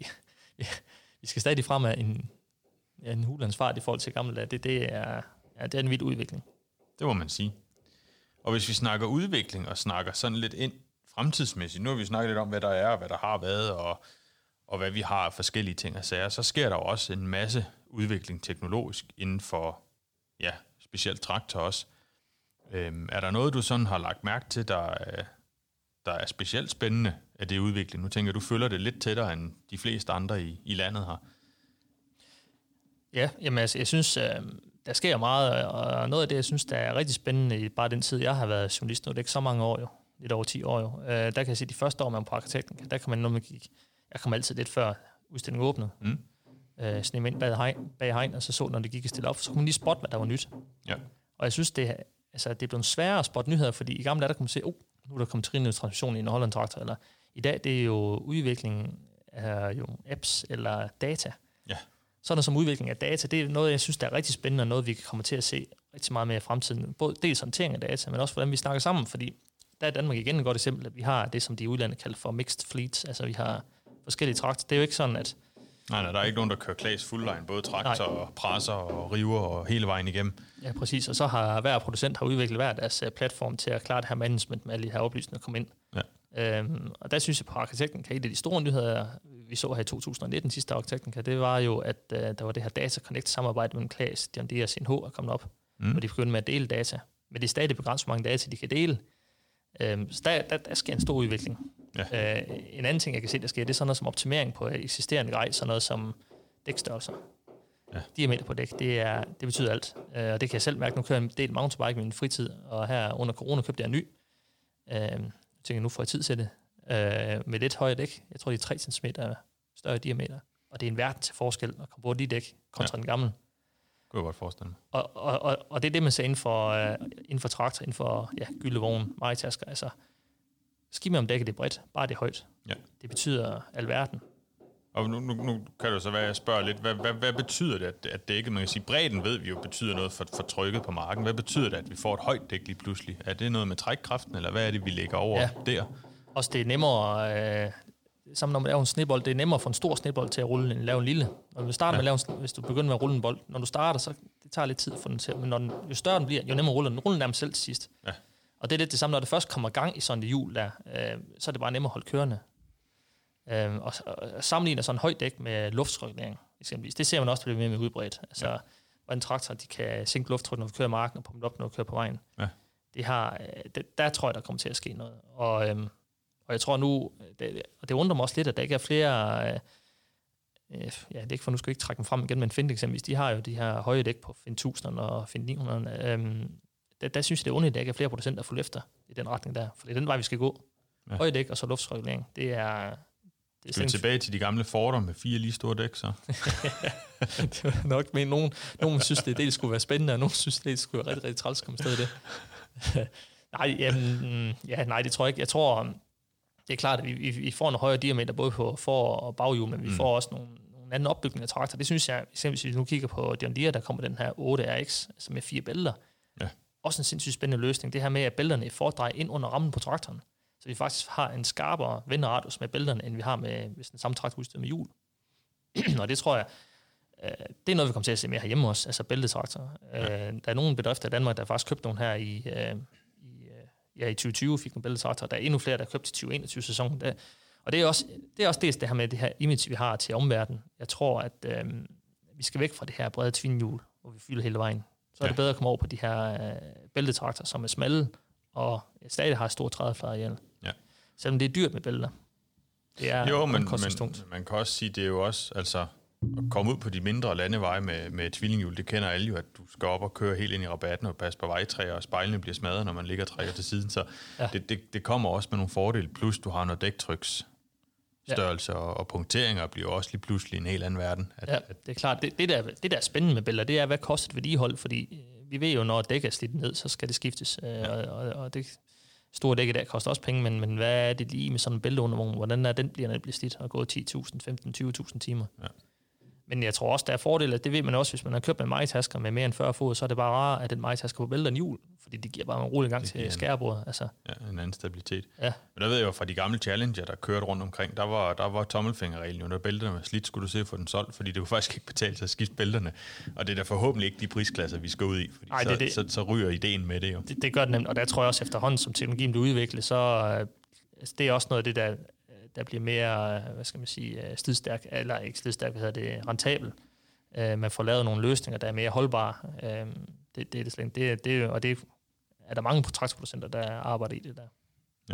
vi skal stadig frem af en, en hulands fart i forhold til gamle dage. Det, det, er, ja, det er en vild udvikling. Det må man sige. Og hvis vi snakker udvikling og snakker sådan lidt ind fremtidsmæssigt, nu har vi snakket lidt om, hvad der er og hvad der har været, og, og hvad vi har af forskellige ting og sager, så sker der jo også en masse udvikling teknologisk inden for, ja, specielt traktor også. Øhm, er der noget, du sådan har lagt mærke til, der er, der er specielt spændende af det udvikling? Nu tænker jeg, du følger det lidt tættere end de fleste andre i, i landet her. Ja, jamen altså, jeg synes, øh, der sker meget, og noget af det, jeg synes, der er rigtig spændende i bare den tid, jeg har været journalist nu, det er ikke så mange år jo, lidt over ti år jo. Øh, der kan jeg se, de første år, man på arkitekten, der kan man, når man gik, jeg kom altid lidt før udstillingen åbnede, mm. øh, sådan ind bag hegn, bag hegn, og så så, når det gik og stille op, så kunne man lige spotte, hvad der var nyt. Ja. Og jeg synes, det, altså, det er blevet sværere at spotte nyheder, fordi i gamle dage, der kunne man se, oh, nu er der kommet trinende transmission i en Holland traktor, eller i dag, det er jo udviklingen af jo apps eller data. Ja. Sådan som udvikling af data, det er noget, jeg synes, der er rigtig spændende, og noget, vi kommer til at se rigtig meget mere i fremtiden. Både dels håndtering af data, men også hvordan vi snakker sammen, fordi der er Danmark igen et godt eksempel, at vi har det, som de i udlandet kalder for mixed fleets, altså vi har forskellige traktorer. Det er jo ikke sådan, at... Nej, nej, der er ikke nogen, der kører Klaas fuldline, både traktor og presser og river og hele vejen igennem. Ja, præcis, og så har hver producent har udviklet hver deres platform til at klare det her management med alle de her oplysninger, der kommer ind. Ja. Øhm, og der synes jeg på arkitekten, kan et af de store nyheder, vi så her i to tusind nitten, sidste arkitekten, det var jo, at uh, der var det her Data Connect-samarbejde mellem Klaas, John Deere og C N H er kommet op, mm. hvor de begyndte med at dele data. Men det er stadig begrænset, hvor mange data de kan dele. Øhm, så der, der, der sker en stor udvikling. Ja. Øh, en anden ting, jeg kan se, der sker, det er sådan noget som optimering på eksisterende grej, sådan noget som dækstørrelser. Ja. Diameter på dæk, det, er, det betyder alt. Øh, og det kan jeg selv mærke, nu kører jeg en del mountainbike i min fritid, og her under corona købte jeg en ny. Øh, jeg tænker, nu får jeg tid til det. Øh, med lidt højere dæk, jeg tror, det er tre centimeter større diameter. Og det er en verden til forskel at komme på de dæk kontra ja. den gamle. Kunne jeg godt forestille mig. Og, og, og, og det er det, man ser inden for, uh, inden for traktor, inden for ja, gyldevogn, majtasker. Altså, skidt med om dækket det er bredt, bare det er højt. Ja. Det betyder alverden. Og nu, nu, nu kan du så være, jeg spørger lidt, hvad, hvad, hvad betyder det, at, at dækket, man kan sige, bredden ved vi jo betyder noget for, for trykket på marken. Hvad betyder det, at vi får et højt dæk lige pludselig? Er det noget med trækkraften, eller hvad er det, vi lægger over ja. der? Også det er nemmere... Øh, sammen når man laver en snebold, det er nemmere for en stor snebold til at rulle end lave en lille. Når du starter ja. med at lave en, hvis du begynder med at rulle en bold, når du starter, så det tager lidt tid for den til, men når den, jo større den bliver, jo nemmere ruller den. Ruller den nærmest selv til sidst. Ja. Og det er lidt det samme, når det først kommer gang i sådan et hjul der, øh, så er det bare nemmere at holde kørende. Øh, og, og sammenligner sådan en højt dæk med lufttrykning, eksempelvis. Det ser man også blive mere med udbredt. Altså, ja. hvordan traktor, de kan sænke lufttrykket, når vi kører i marken, og pumpe op, når vi kører på vejen. Ja. Det har, det, der tror jeg, der kommer til at ske noget. Og, øhm, Og jeg tror nu, det, og det undrer mig også lidt, at der ikke er flere, øh, øh, ja, det er ikke for, nu skal jeg ikke trække dem frem igen, men Find eksempelvis, de har jo de her høje dæk på Find tusind og Find ni hundrede. Øh, der, der synes jeg, det er underligt, at der ikke er flere producenter, der får efter i den retning der. For det er den vej, vi skal gå. Ja. Høje dæk og så luftregulering. Det er... Det er skal vi tilbage til de gamle Forder med fire lige store dæk, så? Det var nok, men nogen, nogen synes, det dels skulle være spændende, og nogen synes, det skulle være rigtig, rigtig træls at komme afsted i det. nej, jamen, ja, nej, det tror jeg ikke. Jeg tror, det er klart, at vi, vi får en højere diameter både på for- og baghjul, men vi mm. får også nogle, nogle anden opbygning af traktor. Det synes jeg, eksempelvis hvis vi nu kigger på John Deere, der kommer den her otte R X, altså med fire bælter. Ja. Også en sindssygt spændende løsning. Det her med, at bælterne er fordrejet ind under rammen på traktoren. Så vi faktisk har en skarpere venderadius med bælterne, end vi har med hvis den samme traktorudstyr med hjul. Og det tror jeg, øh, det er noget, vi kommer til at se mere herhjemme også, altså bæltetraktorer. Ja. Øh, der er nogle bedrifter i Danmark, der faktisk købt nogle her i, øh, i, øh, ja, i tyve tyve, fik nogle bæltetraktorer. Der er endnu flere, der har købt i tyve enogtyve-sæsonen. Der. Og det er, også, det er også dels det her med det her image, vi har til omverdenen. Jeg tror, at øh, vi skal væk fra det her brede tvinhjul, hvor vi fylder hele vejen. Så er det bedre at komme over på de her øh, bæltetraktorer, som er smalle, og stadig har et stort trædefladeareal. Ja. Selvom det er dyrt med bælter. Det er jo, men, men man kan også sige, det er jo også, altså, at komme ud på de mindre landeveje med, med tvillinghjul, det kender alle jo, at du skal op og køre helt ind i rabatten og passe på vejtræer, og spejlene bliver smadret, når man ligger og trækker til siden. Så ja. det, det, det kommer også med nogle fordele, plus du har noget dæktryksstørrelse, ja. og, og punkteringer bliver også lige pludselig en helt anden verden. At, ja, det er klart. Det, det, der, det der er spændende med bælter, det er, hvad koster et vedligehold, fordi vi ved jo, når dæk er slidt ned, så skal det skiftes, ja. og, og, og det store dæk i dag koster også penge, men, men hvad er det lige med sådan en bælteundervogn? Hvordan er den bliver, når det bliver slidt og gået ti tusind, femten, tyve tusind timer? Ja. Men jeg tror også, der er fordele, at det ved man også, hvis man har købt en majtasker med mere end fyrre fod, så er det bare rart, at den majtasker på bælter en hjul, fordi det giver bare en rolig gang det til skærebordet. Altså. Ja, en anden stabilitet. Ja. Men der ved jeg jo fra de gamle Challenger, der kørte rundt omkring, der var, der var tommelfingerreglen jo, når bælterne var slidt, skulle du se for den solgt, fordi det var faktisk ikke betalt sig at skifte bælterne. Og det er da forhåbentlig ikke de prisklasser, vi skal ud i, fordi Ej, så, det, det. Så, så ryger ideen med det jo. Det, det gør det nemt, og der tror jeg også efterhånden, som teknologien bliver udviklet, så altså, det er også noget af det, der, der bliver mere, hvad skal man sige, slidstærk, eller ikke slidstærk, hvad hedder det, rentabel. Uh, man får lavet nogle løsninger, der er mere holdbare. Uh, det, det er det slet det, det, og det er der mange traktorproducenter, der arbejder i det der. Ja.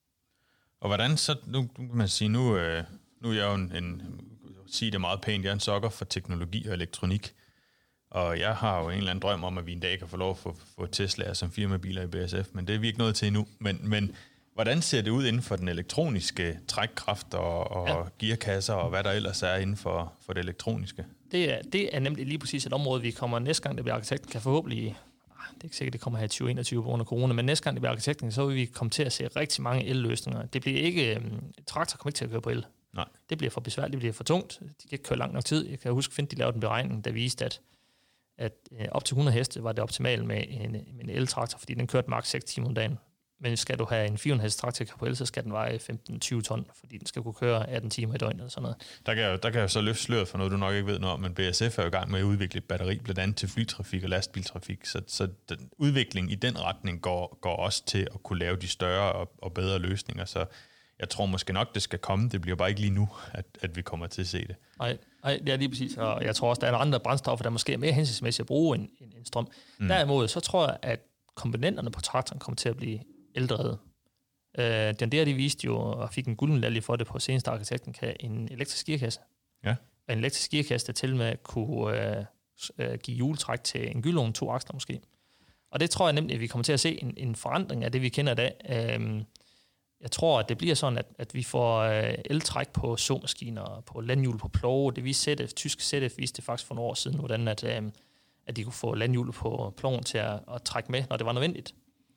Og hvordan så, nu kan man sige, nu, øh, nu er jeg jo en, en sige det meget pænt, jeg er en sokker for teknologi og elektronik, og jeg har jo en eller anden drøm om, at vi en dag kan få lov at få, få Tesla'er som firmabiler i B S F, men det er vi ikke nået til endnu. Men, men hvordan ser det ud inden for den elektroniske trækkraft og, og ja. gearkasser, og hvad der ellers er inden for, for det elektroniske? Det er, det er nemlig lige præcis et område, vi kommer næste gang, der bliver arkitekten, kan forhåbentlig, det er ikke sikkert, det kommer her i tyve enogtyve på grund af corona, men næste gang, det bliver arkitekten, så vil vi komme til at se rigtig mange el-løsninger. Det bliver ikke, um, traktor kommer ikke til at køre på el. Nej. Det bliver for besværligt, det bliver for tungt, de kan ikke køre lang nok tid. Jeg kan huske, at de lavede en beregning, der viste, at, at uh, op til hundrede heste var det optimalt med en, med en el-traktor, fordi den kørte maks seks timer om dagen. Men skal du have en fire komma fem hestes traktor på el, så skal den veje femten til tyve ton, fordi den skal kunne køre atten timer i døgnet eller sådan noget. Der kan, jeg, der kan jeg så løfte sløret for noget, du nok ikke ved noget om, men B S F er jo i gang med at udvikle et batteri, blandt andet til flytrafik og lastbiltrafik, så, så den udvikling i den retning går, går også til at kunne lave de større og, og bedre løsninger, så jeg tror måske nok, det skal komme, det bliver bare ikke lige nu, at, at vi kommer til at se det. Nej, nej, det er lige præcis, og jeg tror også, der er andre brændstoffer, der måske er mere hensigtsmæssigt at bruge end, end, end strøm. Mm. Derimod, så tror jeg, at komponenterne på traktoren kommer til at blive eldrevet. Øh, den der, de viste jo, og fik en guldmedalje for det på seneste arkitekten, kan en elektrisk gearkasse. Ja. En elektrisk gearkasse, der til med kunne øh, give hjultræk til en gyldevogn, to aksler måske. Og det tror jeg nemlig, at vi kommer til at se en, en forandring af det, vi kender i dag. Øh, jeg tror, at det bliver sådan, at, at vi får øh, eltræk på såmaskiner, på landhjul, på ploge. Det viste Z F, tysk Z F viste det faktisk for nogle år siden, hvordan at, øh, at de kunne få landhjul på plogen til at, at trække med, når det var nødvendigt.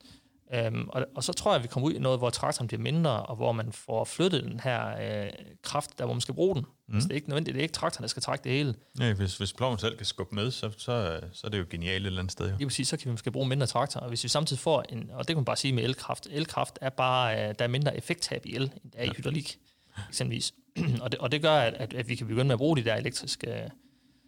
Um, og, og så tror jeg, at vi kommer ud i noget, hvor traktoren bliver mindre, og hvor man får flyttet den her øh, kraft, der hvor man skal bruge den. Mm. Altså, det er ikke nødvendigt, det er ikke traktoren, der skal trække det hele. Ja, hvis, hvis ploven selv kan skubbe med, så, så, så er det jo genialt et eller andet sted. Jo. Lige præcis, så kan vi måske bruge mindre traktor, og hvis vi samtidig får en, og det kan man bare sige med elkraft, elkraft er bare, der er mindre effekttab i el, end der er i hydraulik, eksempelvis. og, det, og det gør, at, at, at vi kan begynde med at bruge de der elektriske øh,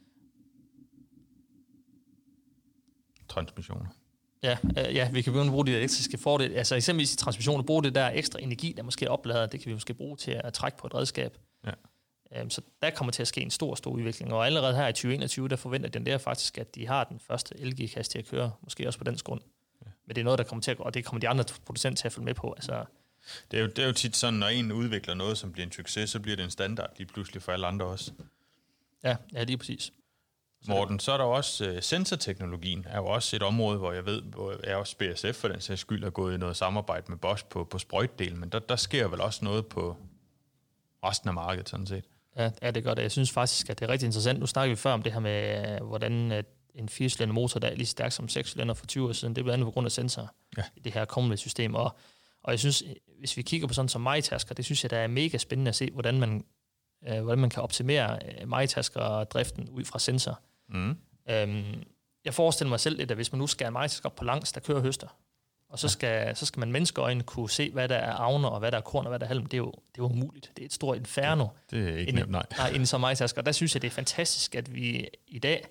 transmissioner. Ja, øh, ja, vi kan begynde at bruge de elektriske fordele. Altså eksempelvis i transmissioner, bruge det der ekstra energi, der måske er opladet, det kan vi måske bruge til at trække på et redskab. Ja. Øhm, så der kommer til at ske en stor, stor udvikling. Og allerede her i tyve enogtyve, der forventer den der faktisk, at de har den første el-gearkasse til at køre, måske også på den grund. Ja. Men det er noget, der kommer til at gå, og det kommer de andre producenter til at følge med på. Altså, Det er, jo, det er jo tit sådan, når en udvikler noget, som bliver en succes, så bliver det en standard lige pludselig for alle andre også. Ja, ja, lige præcis. Morten, så er der også uh, sensorteknologien, er jo også et område, hvor jeg ved, hvor jeg også B S F for den sags skyld har gået i noget samarbejde med Bosch på, på sprøjtdelen, men der, der sker vel også noget på resten af markedet, sådan set. Ja, ja, det gør det. Jeg synes faktisk, at det er rigtig interessant. Nu snakker vi før om det her med, hvordan en firecylinder motor, der er lige stærk som sekscylinder for tyve år siden, det er blandt andet på grund af sensorer ja. i det her kommende system. Og, og jeg synes, hvis vi kigger på sådan som MyTasker, det synes jeg, der er mega spændende at se, hvordan man, øh, hvordan man kan optimere MyTasker-driften ud fra sensor. Mm. Øhm, jeg forestiller mig selv lidt, at hvis man nu skal en MyTasker op på langs, der kører høster, og så skal, så skal man menneskeøjne kunne se, hvad der er avner, og hvad der er korn, og hvad der er halm. Det er jo, det er jo umuligt. Det er et stort inferno. Det, det er ikke nemt, nej. Nej, inden som MyTasker. Der synes jeg, det er fantastisk, at vi i dag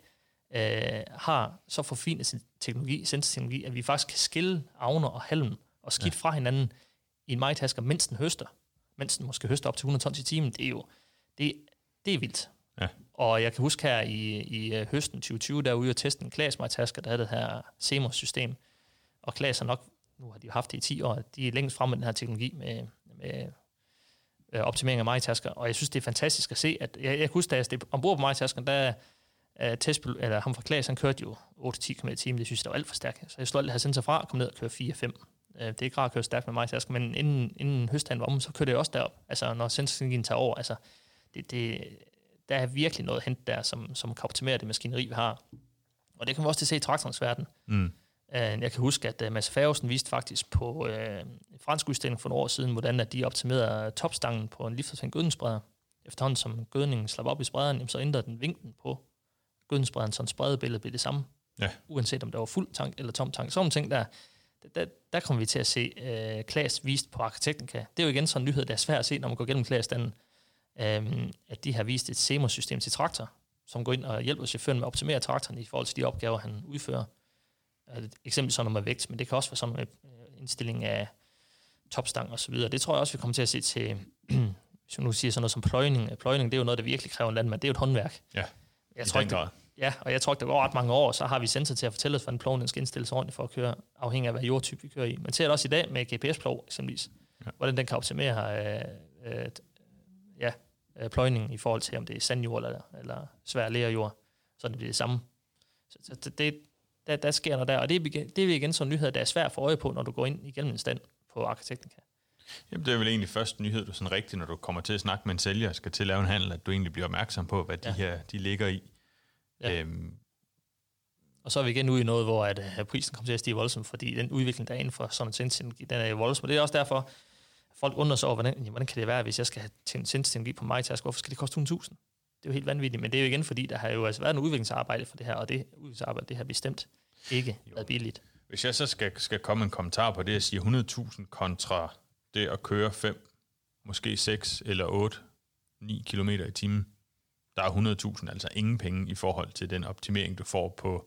øh, har så forfinet teknologi, sensorteknologi, at vi faktisk kan skille avner og halm og skidt ja. fra hinanden i en MyTasker, mens den høster. Mens den måske høster op til hundrede tons i timen. Det er jo det, det er vildt. Ja. Og jeg kan huske her i, i høsten tyve tyve, der var ude og teste en Claas MyTasker, der havde det her CMOS-system. Og Claas har nok, nu har de haft det i ti år, de er længst fremme med den her teknologi med, med øh, optimering af MyTasker. Og jeg synes, det er fantastisk at se, at jeg, jeg kan huske, da jeg stod ombord på MyTaskeren, der uh, test, eller ham fra Claas, han kørte jo otte til ti kilometer i timen. Det synes jeg, det var alt for stærkt. Så jeg slog alt det her sensor fra og kom ned og køre fire fem. Uh, det er ikke rart at køre stærkt med MyTasker, men inden, inden høstdagen var om, så kørte jeg også derop. Altså, når sensorteknologien tager over, altså, det, det, der er virkelig noget at hente der, som, som kan optimere det maskineri, vi har. Og det kan vi også til se i traktorens verden. Mm. Jeg kan huske, at Mads Færgesen viste faktisk på øh, en fransk udstilling for nogle år siden, hvordan at de optimerede topstangen på en liftoptænkt gødningsspreder. Efterhånden som gødningen slap op i sprederen, så ændrede den vinklen på gødningssprederen, så en spredebillede blev det samme. Ja. Uanset om der var fuld tank eller tom tank. Sådan nogle ting, der, der, der kommer vi til at se øh, Claas vist på Arkitektenka. Det er jo igen sådan en nyhed, der er svært at se, når man går gennem Claas-standen, øh, at de har vist et CMOS-system til traktor, som går ind og hjælper chaufføren med at optimere traktoren i forhold til de opgaver, han udfører. Eksempelvis sådan noget med vægt, men det kan også være sådan med indstilling af topstang og så videre. Det tror jeg også, vi kommer til at se til, hvis jeg nu siger sådan noget som pløjning. Pløjning, det er jo noget, der virkelig kræver en landmand. Det er jo et håndværk. Ja, jeg tror ikke, det, ja, og jeg tror ikke, der går ret mange år, så har vi sensor til at fortælle os, hvordan ploven skal indstilles ordentligt for at køre, afhængig af, hvad jordtype vi kører i. Man ser det også i dag med G P S-plov, eksempelvis. Ja. Hvordan den kan optimere øh, øh, ja, pløjningen i forhold til, om det er sandjord eller, eller svær lerjord, så det bliver det samme. Så, så det Der, der sker noget der, og det er, det er igen sådan en nyhed, der er svært at få øje på, når du går ind igennem en stand på Arkitektenka. Jamen, det er vel egentlig første nyhed, du sådan rigtigt, når du kommer til at snakke med en sælger, skal til at lave en handel, at du egentlig bliver opmærksom på, hvad de ja. her de ligger i. Ja. Øhm. Og så er vi igen ude i noget, hvor at, at prisen kommer til at stige voldsomt, fordi den udvikling, der er inden for sådan en sensorteknologi, den er voldsom. Og det er også derfor, at folk undrer sig over, hvordan, jamen, hvordan kan det være, hvis jeg skal have sensorteknologi på MyTasker, hvorfor skal det koste hundrede tusind? Det er jo helt vanvittigt, men det er jo igen, fordi der har jo altså været en udviklingsarbejde for det her, og det udviklingsarbejde, det har bestemt ikke været billigt. Hvis jeg så skal, skal komme en kommentar på det, jeg siger hundrede tusind kontra det at køre fem, måske seks eller otte, ni kilometer i timen, der er hundrede tusind, altså ingen penge i forhold til den optimering, du får på,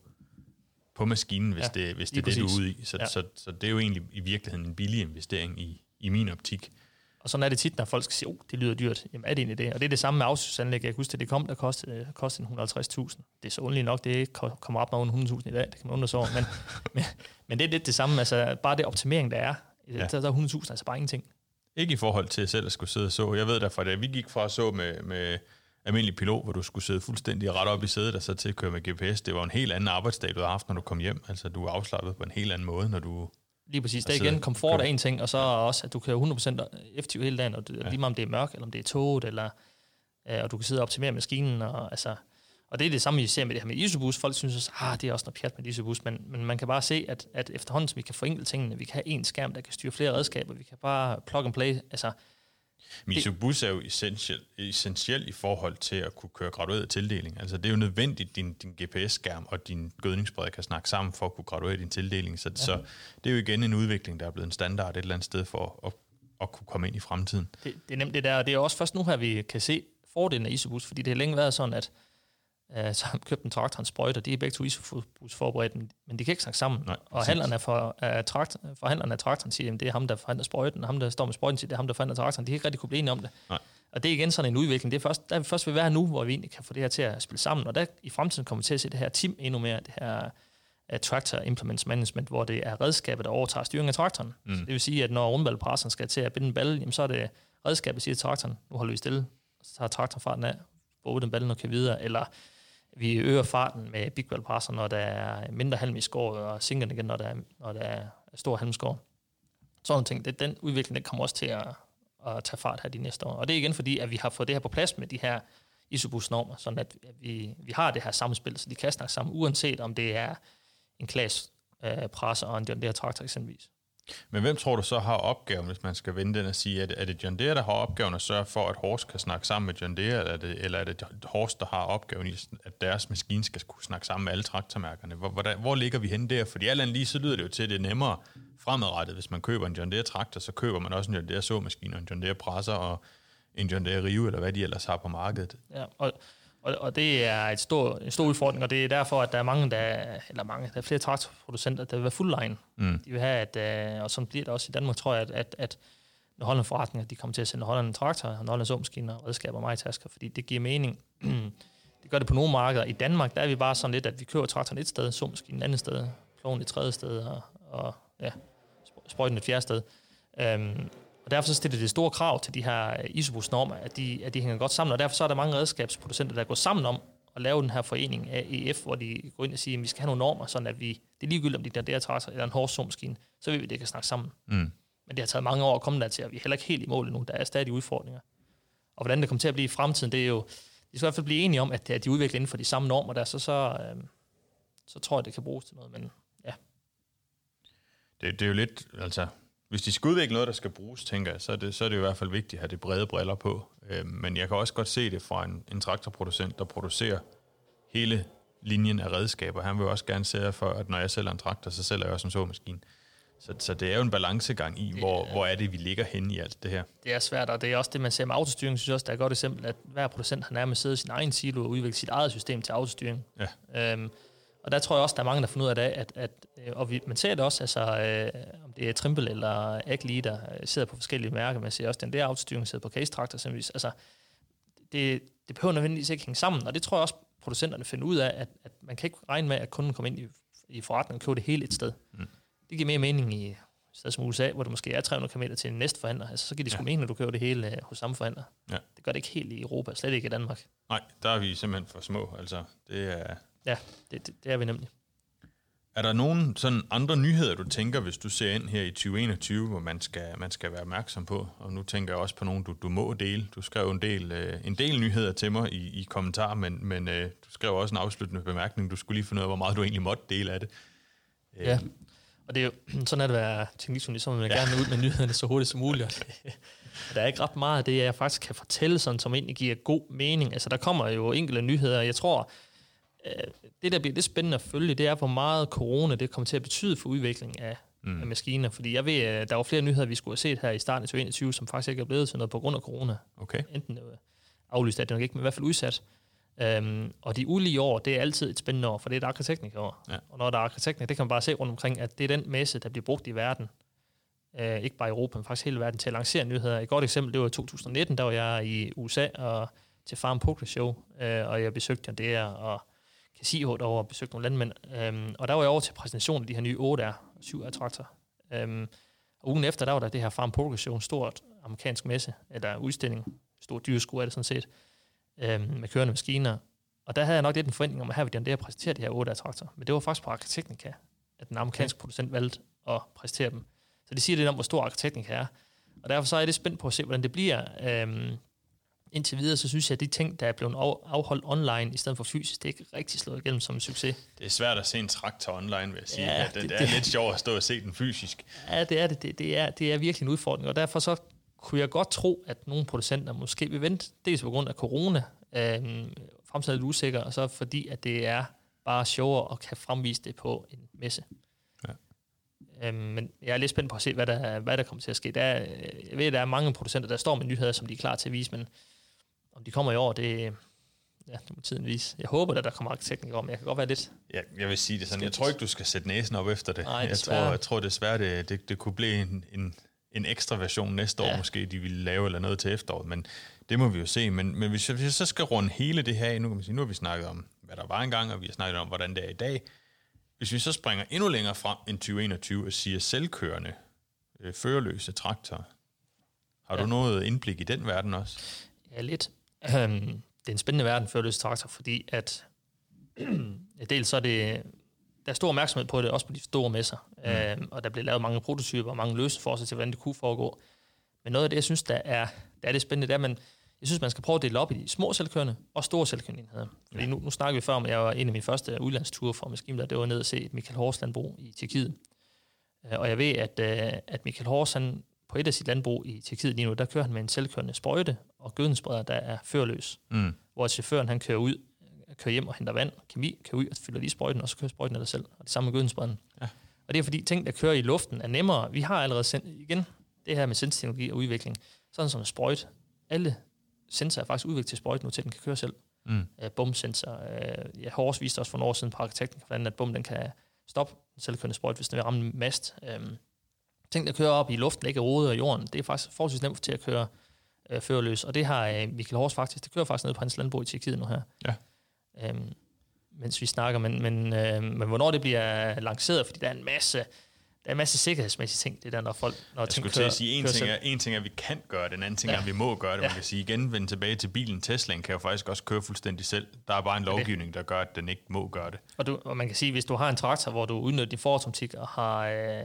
på maskinen, hvis, ja, det, hvis det er det, du er ude i. Så, ja. så, så, så det er jo egentlig i virkeligheden en billig investering i, i min optik. Og sådan er det tit, når folk skal sige, oh, det lyder dyrt. Jamen er det egentlig det? Og det er det samme med afstandsanlæg. Jeg kan huske, at det kom, der kostede, kostede et hundrede og halvtreds tusind. Det er så underligt nok, det ikke kommer op med hundrede tusind i dag. Det kan man undre sig over. Men, men, men det er lidt det samme. Altså, bare det optimering, der er. Ja. Der er hundrede tusind, altså bare ingenting. Ikke i forhold til selv at skulle sidde og så. Jeg ved derfor, da vi gik fra at så med, med almindelig pilot, hvor du skulle sidde fuldstændig ret op i sædet og så til at køre med G P S. Det var en helt anden arbejdsdag, du havde haft, når du kom hjem. Altså, du er afslappet på en helt anden måde, når du... Lige præcis. Der er igen komfort af en ting, og så også, at du kører hundrede procent effektivt hele dagen, og det, ja. lige meget om det er mørkt, eller om det er toget, eller, øh, og du kan sidde og optimere maskinen. Og, altså, og det er det samme, vi ser med det her med ISOBus. Folk synes, at ah, det er også noget pjat med ISOBus, men, men man kan bare se, at, at efterhånden, som vi kan forenkle tingene, vi kan have en skærm, der kan styre flere redskaber, vi kan bare plug and play. Altså, Men ISOBus er jo essentiel, essentiel i forhold til at kunne køre gradueret tildeling. Altså det er jo nødvendigt, din, din G P S-skærm og din gødningsspreder kan snakke sammen for at kunne graduere din tildeling. Så, ja. så det er jo igen en udvikling, der er blevet en standard et eller andet sted for at, at kunne komme ind i fremtiden. Det, det er nemt det der, og det er også først nu her, vi kan se fordelen af ISOBus, fordi det har længe været sådan, at uh, så har man købt en traktor, en sprøjter, de er begge to ISOBus forberedt, men de kan ikke snakke sammen. Nej, og handlerne for, uh, trakt, forhandlerne af traktoren siger, at det er ham, der forhandler sprøjten, og ham, der står med sprøjten, siger, det er ham, der forhandler traktoren. De kan ikke rigtig kunne blive enige om det. Nej. Og det er igen sådan en udvikling. Det er først, der først vil være nu, hvor vi egentlig kan få det her til at spille sammen, og der i fremtiden kommer vi til at se det her team endnu mere, det her uh, Tractor Implements Management, hvor det er redskabet, der overtager styringen af traktoren. Mm. Så det vil sige, at når rundballepresseren skal til at binde en balle, jamen, så er det redskabet, der siger til traktoren, nu holder vi stille, så tager traktoren farten af, hvor den ballen og kan videre, eller vi øger farten med big ball-presser, når der er mindre halm i skåret, og sinker den igen, når der er, når der er stor halmskår. Sådan nogle ting. Det, den udvikling, den kommer også til at, at tage fart her de næste år. Og det er igen fordi, at vi har fået det her på plads med de her ISOBUS-normer, sådan at vi, vi har det her samspil, så de kan snakke sammen, uanset om det er en klasse øh, presser og en John Deere traktor eksempelvis. Men hvem tror du så har opgaven, hvis man skal vende den og sige, er det, er det John Deere, der har opgaven at sørge for, at Horst kan snakke sammen med John Deere, eller er det, eller er det Horst, der har opgaven i, at deres maskine skal kunne snakke sammen med alle traktormærkerne? Hvor, hvor, der, hvor ligger vi henne der? Fordi alt andet lige, så lyder det jo til, at det er nemmere fremadrettet. Hvis man køber en John Deere traktor, så køber man også en John Deere såmaskine, og en John Deere presser, og en John Deere rive, eller hvad de ellers har på markedet. Ja, og Og, og det er et stor, en stor udfordring, og det er derfor, at der er mange, der, eller mange, der er flere traktorproducenter, der vil være full line. Mm. De vil have, at, og sådan bliver det også i Danmark, tror jeg, at, at, at når Holland forretninger, de kommer til at sende Holland en traktor, og Holland såmaskiner, redskaber og majtasker, fordi det giver mening. Det gør det på nogle markeder. I Danmark, der er vi bare sådan lidt, at vi kører traktoren et sted, såmaskinen et andet sted, ploven et tredje sted, og, og ja, sprøjten et fjerde sted. Um, Og derfor så stiller det store krav til de her ISOBUS-normer, at de, at de hænger godt sammen, og derfor så er der mange redskabsproducenter, der går sammen om at lave den her forening af E F, hvor de går ind og siger, at vi skal have nogle normer, sådan at vi, det er ligegyldigt, om det er der traktor eller en Horst såmaskine, så vil vi, det kan snakke sammen. Mm. Men det har taget mange år at komme der til, og vi er heller ikke helt i mål endnu. Der er stadig udfordringer. Og hvordan det kommer til at blive i fremtiden, det er jo, de skal i hvert fald blive enige om, at de udvikler inden for de samme normer der, så, så, øh, så tror jeg, det kan bruges til noget, men ja. Det, det er jo lidt, altså... Hvis de skal udvikle noget, der skal bruges, tænker jeg, så er det, så er det i hvert fald vigtigt at have det brede briller på. Øh, men jeg kan også godt se det fra en, en traktorproducent, der producerer hele linjen af redskaber. Han vil også gerne sørge for, at når jeg sælger en traktor, så sælger jeg også en såmaskine. Så, så det er jo en balancegang i, hvor, hvor er det, vi ligger henne i alt det her. Det er svært, og det er også det, man ser med autostyring. Jeg synes også, det er et godt eksempel, at hver producent har nærmest siddet i sin egen silo og udviklet sit eget system til autostyring. Ja. Øhm, Og der tror jeg også, der er mange, der finder ud af det, at, at og vi, man ser det også, altså, øh, om det er Trimble eller Agli, der sidder på forskellige mærker, man ser også den der autostyring, sidder på Case Tractor eksempelvis. Altså, det, det behøver nødvendigvis ikke hænge sammen, og det tror jeg også, producenterne finder ud af, at, at man kan ikke regne med, at kunden kommer ind i, i forretningen og køber det hele et sted. Mm. Det giver mere mening i et sted som U S A, hvor det måske er tre hundrede kilometer til en næste forhandler. Altså, så giver det sgu ja. mening, når du køber det hele øh, hos samme forhandler. Ja. Det gør det ikke helt i Europa, slet ikke i Danmark. Nej, der er vi simpelthen for små. Altså, det er... Ja, det, det, det er vi nemlig. Er der nogle sådan andre nyheder, du tænker, hvis du ser ind her i tyve enogtyve, hvor man skal, man skal være opmærksom på? Og nu tænker jeg også på nogle, du, du må dele. Du skrev en del, øh, en del nyheder til mig i, i kommentarer, men, men øh, du skrev også en afsluttende bemærkning. Du skulle lige finde ud af, hvor meget du egentlig måtte dele af det. Ja, og det er jo sådan, at det være teknikjournalist, så vil man ja. gerne ud med nyhederne så hurtigt som muligt. Der er ikke ret meget af det, jeg faktisk kan fortælle, sådan, som egentlig giver god mening. Altså, der kommer jo enkelte nyheder. Jeg tror, det, der bliver lidt spændende at følge, det er, hvor meget corona det kommer til at betyde for udvikling af, mm. af maskiner. Fordi jeg ved, der var flere nyheder, vi skulle have set her i starten af tyve enogtyve, som faktisk ikke er blevet til noget på grund af corona. Okay. Enten aflyst af det nok ikke, men i hvert fald udsat. Um, og de ulige år, det er altid et spændende år, for det er et Agriteknik-år. Ja. Og når der er Agriteknik, det kan man bare se rundt omkring, at det er den messe, der bliver brugt i verden. Uh, ikke bare i Europa, men faktisk hele verden, til at lancere nyheder. Et godt eksempel, det var i to tusind nitten, der var jeg i U S A og til Farm Poker Show, uh, og jeg besøgte John Deere og Casio derovre og besøgte nogle landmænd. Um, og der var jeg over til præsentationen af de her nye otte R, syv R traktor. Um, og ugen efter, der var der det her Farm Poker Show, en stor amerikansk messe, eller udstilling, stor dyreskur er det sådan set, um, med kørende maskiner. Og der havde jeg nok lidt en forventning om, at her ville John Deere præsentere de her otte R traktor. Men det var faktisk på Agriteknika, at den amerikanske producent valgte at præsentere dem. Så det siger lidt om, hvor stor Agriteknika er. Og derfor så er jeg lidt spændt på at se, hvordan det bliver. Um, Indtil videre, så synes jeg, at de ting, der er blevet afholdt online i stedet for fysisk, det er ikke rigtig slået igennem som en succes. Det er svært at se en traktor online, vil jeg sige. Ja, det, det, det er lidt sjovt at stå og se den fysisk. Ja, det er det. Det, det, er, det er virkelig en udfordring, og derfor så kunne jeg godt tro, at nogle producenter måske vil vente, dels på grund af corona, øh, fremsat lidt usikker, og så fordi, at det er bare sjovere at kan fremvise det på en messe. Ja. Øh, men jeg er lidt spændt på at se, hvad der, hvad der kommer til at ske. Der er, jeg ved, at der er mange producenter, der står med nyheder, som de er klar til at vise, men om de kommer i år, det, ja, det må tiden vise. Jeg håber, at der kommer Agriteknik om, men jeg kan godt være lidt... Ja, jeg vil sige det sådan. Jeg tror ikke, du skal sætte næsen op efter det. Nej, jeg, tror, jeg tror desværre, det, det, det kunne blive en, en, en ekstra version næste ja. år, måske de ville lave eller noget til efteråret, men det må vi jo se. Men, men hvis, jeg, hvis jeg så skal runde hele det her af, nu kan man sige, nu har vi snakket om, hvad der var engang, og vi har snakket om, hvordan det er i dag. Hvis vi så springer endnu længere frem end tyve enogtyve og siger selvkørende, øh, førerløse traktorer, har ja. du noget indblik i den verden også? Ja, lidt. Øhm, det er en spændende verden, førerløse traktor, fordi at dels så er det, der er stor opmærksomhed på det, også på de store messer, mm. øhm, og der bliver lavet mange prototyper og mange løsningsforslag til, hvordan det kunne foregå. Men noget af det, jeg synes, der er, der er det spændende, det er, at jeg synes, man skal prøve at dele op i de små selvkørende og store selvkørende enheder. Fordi ja. nu, nu snakker vi før om, at jeg var en af mine første udlandsture fra Maskiner, det var ned og se et Michael Horst landbrug i Tjekkiet. Og jeg ved, at, at Michael Horst, han på et af sit landbrug i Tjekkiet lige nu, der kører han med en selvkørende sprøjte og gødningsspreder, der er førerløs. Mm. Hvor chaufføren, han kører ud, kører hjem og henter vand, kemi, kører ud og fylder lige sprøjten, og så kører sprøjten af dig selv. Og det samme med gødningssprederen. Ja. Og det er fordi ting, der kører i luften, er nemmere. Vi har allerede sendt, igen, det her med sensorteknologi og udvikling, sådan som en sprøjt. Alle sensorer er faktisk udviklet til sprøjt nu, til den kan køre selv. Mm. Uh, bumsensor. Uh, ja, Horst viste også for nogle år siden på arkitekten, hvordan at bum, den kan stoppe den selvkørende sprøjt, hvis den vil ramme en mast. Um, ting, der kører op i luften, ikke rodet af jorden, det er faktisk forholdsvis nemt til at køre uh, førerløs. Og det har uh, Michael Horst faktisk, det kører faktisk ned på hans landbrug i Tjekkiet nu her. Ja. Um, mens vi snakker, men, men, uh, men hvornår det bliver lanceret, fordi der er en masse Der er en masse sikkerhedsmæssige ting, det der, når folk... Når jeg skulle til at sige, en ting, er, en ting er, at vi kan gøre det, en anden ting ja. er, at vi må gøre det. Ja. Man kan sige igen, vende tilbage til bilen. Teslaen kan jo faktisk også køre fuldstændig selv. Der er bare en lovgivning, der gør, at den ikke må gøre det. Og, du, og man kan sige, hvis du har en traktor, hvor du udnytter din forautomatik og har øh,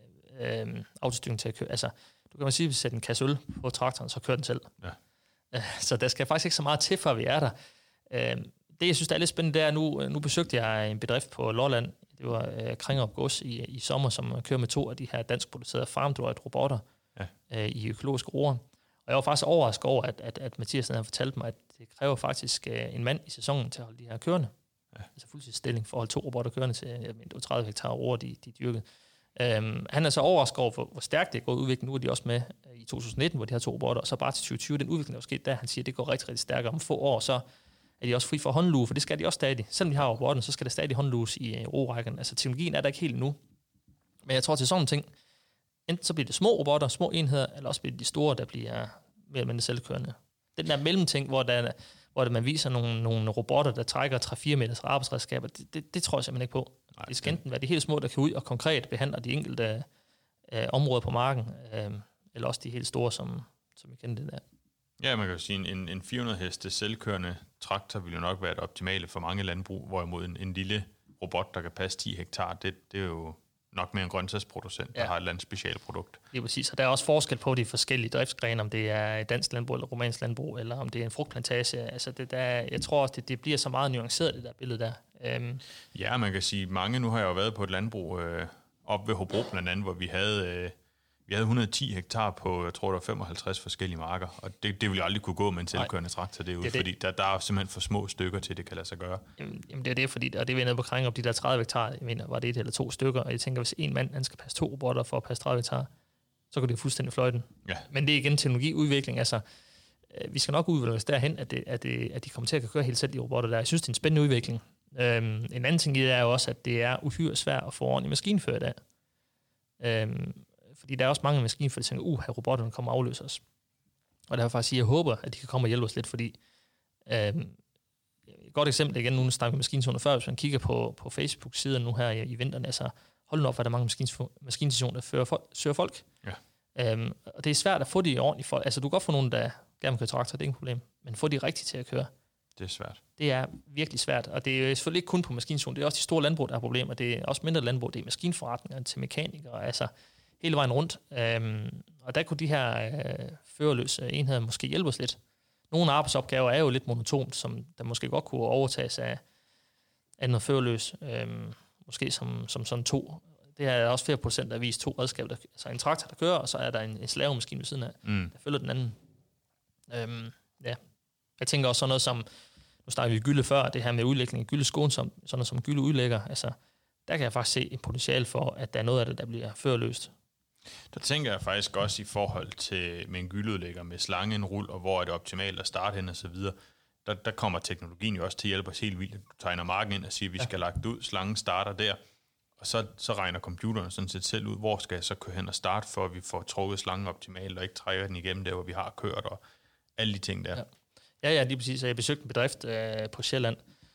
øh, autostyring til at køre... Altså, du kan man sige, at sætte en kasse øl på traktoren, så kører den selv. Ja. Så der skal faktisk ikke så meget til, før vi er der. Øh, det, jeg synes, der er lidt spændende, det er, nu, nu besøgte jeg en bedrift på Lolland. Det var øh, Kringerup Gods i, i sommer, som kører med to af de her danskproducerede FarmDroid-robotter ja. øh, i økologiske roer. Og jeg var faktisk overrasket over, at, at, at Mathias havde fortalt mig, at det kræver faktisk øh, en mand i sæsonen til at holde de her kørende. Ja. Altså fuldstændig for at holde to robotter kørende til jeg mener, det var tredive hektar roer, de, de dyrkede. Øhm, han er så overrasket over, hvor, hvor stærkt det er gået udvikling. Nu er de også med øh, i to tusind nitten, hvor de har to robotter, og så bare til tyve tyve, den udvikling, der er sket der, han siger, at det går rigtig, rigtig stærkere. Om få år, så er de også fri for håndluge, for det skal de også stadig. Selvom de har robotten, så skal der stadig håndluges i uh, rorækken. Altså teknologien er der ikke helt nu. Men jeg tror til sådan en ting, enten så bliver det små robotter, små enheder, eller også bliver det de store, der bliver mere eller mindre selvkørende. Den der mellemting, hvor, der, hvor der man viser nogle, nogle robotter, der trækker tre fire meters arbejdsredskaber, det, det, det tror jeg simpelthen ikke på. Nej, det skal enten være de helt små, der kan ud og konkret behandle de enkelte øh, områder på marken, øh, eller også de helt store, som, som vi kender det der. Ja, man kan jo sige, en, en fire hundrede heste selvkørende traktor vil jo nok være det optimale for mange landbrug, hvorimod en, en lille robot, der kan passe ti hektar, det, det er jo nok mere en grøntsagsproducent, ja. der har et eller andet specialprodukt. Det er præcis, og der er også forskel på de forskellige driftsgrene, om det er et dansk landbrug eller romansk landbrug, eller om det er en frugtplantage. Altså det der, jeg tror også, det, det bliver så meget nuanceret, det der billede der. Um. Ja, man kan sige, mange, nu har jeg jo været på et landbrug øh, op ved Hobro blandt andet, hvor vi havde... Øh, Vi havde et hundrede og ti hektar på, jeg tror, der var femoghalvtreds forskellige marker, og det, det ville aldrig kunne gå med en selvkørende traktor derude, det det. fordi der, der er simpelthen for små stykker til, det kan lade sig gøre. Jamen, jamen det er det, fordi, og det er nede på Kringerup, de der tredive hektar, jeg mener, var det et eller to stykker, og jeg tænker, hvis en mand, han skal passe to robotter for at passe tredive hektar, så går det fuldstændig fløjten. Ja. Men det er igen teknologiudvikling, altså, vi skal nok udvikle os derhen, at, det, at, det, at de kommer til at køre helt selv, de robotter der. Jeg synes, det er en spændende udvikling. Øhm, en anden ting i det er jo også, at det er uhyre svært at få ordentlig maskinfører der. Øhm, Fordi der er også mange maskinfører, der tænker, uh, her robotterne kommer og afløser os. Og derfor faktisk sige, jeg håber, at de kan komme og hjælpe os lidt, fordi øh, et godt eksempel igen, nu snakker vi maskinstationer før, hvis man kigger på, på Facebook-siden nu her i, i vinteren, altså hold nu op, at der er mange maskinstationer, der fører folk, søger folk. Ja. Øhm, og det er svært at få de ordentligt folk. Altså du kan godt få nogen, der gerne kører traktor, det er ikke et problem, men få de rigtigt til at køre. Det er svært. Det er virkelig svært, og det er selvfølgelig ikke kun på maskinstationer, det er også de store landbrug, der har problemer, det er også mindre landbrug, det er maskinforretninger til mekanikere, altså hele vejen rundt. Øhm, og der kunne de her øh, førerløse enheder måske hjælpe os lidt. Nogle arbejdsopgaver er jo lidt monotont, som der måske godt kunne overtages af, af noget førerløs. Øhm, måske som, som sådan to. Det er også flere procent, der har vist to redskaber. Der, altså en traktor, der kører, og så er der en, en slavemaskine ved siden af, mm. der følger den anden. Øhm, ja. Jeg tænker også sådan noget som, nu snakker vi gylde før, det her med udlægning af gylde skånsomt, sådan noget som gylde udlægger. Altså, der kan jeg faktisk se et potentiale for, at der er noget af det, der bliver førerløst. Der tænker jeg faktisk også i forhold til med en gyldeudlægger med slange, en rul, og hvor er det optimalt at starte hen og så videre. Der, der kommer teknologien jo også til at hjælpe os helt vildt. Du tegner marken ind og siger, at vi ja. skal lagt ud, slangen starter der, og så, så regner computeren sådan set selv ud, hvor skal jeg så køre hen og starte, for at vi får trukket slangen optimalt, og ikke trækker den igennem der, hvor vi har kørt, og alle de ting der. Ja, ja, ja lige præcis. Jeg besøgte en bedrift øh, på Sjælland,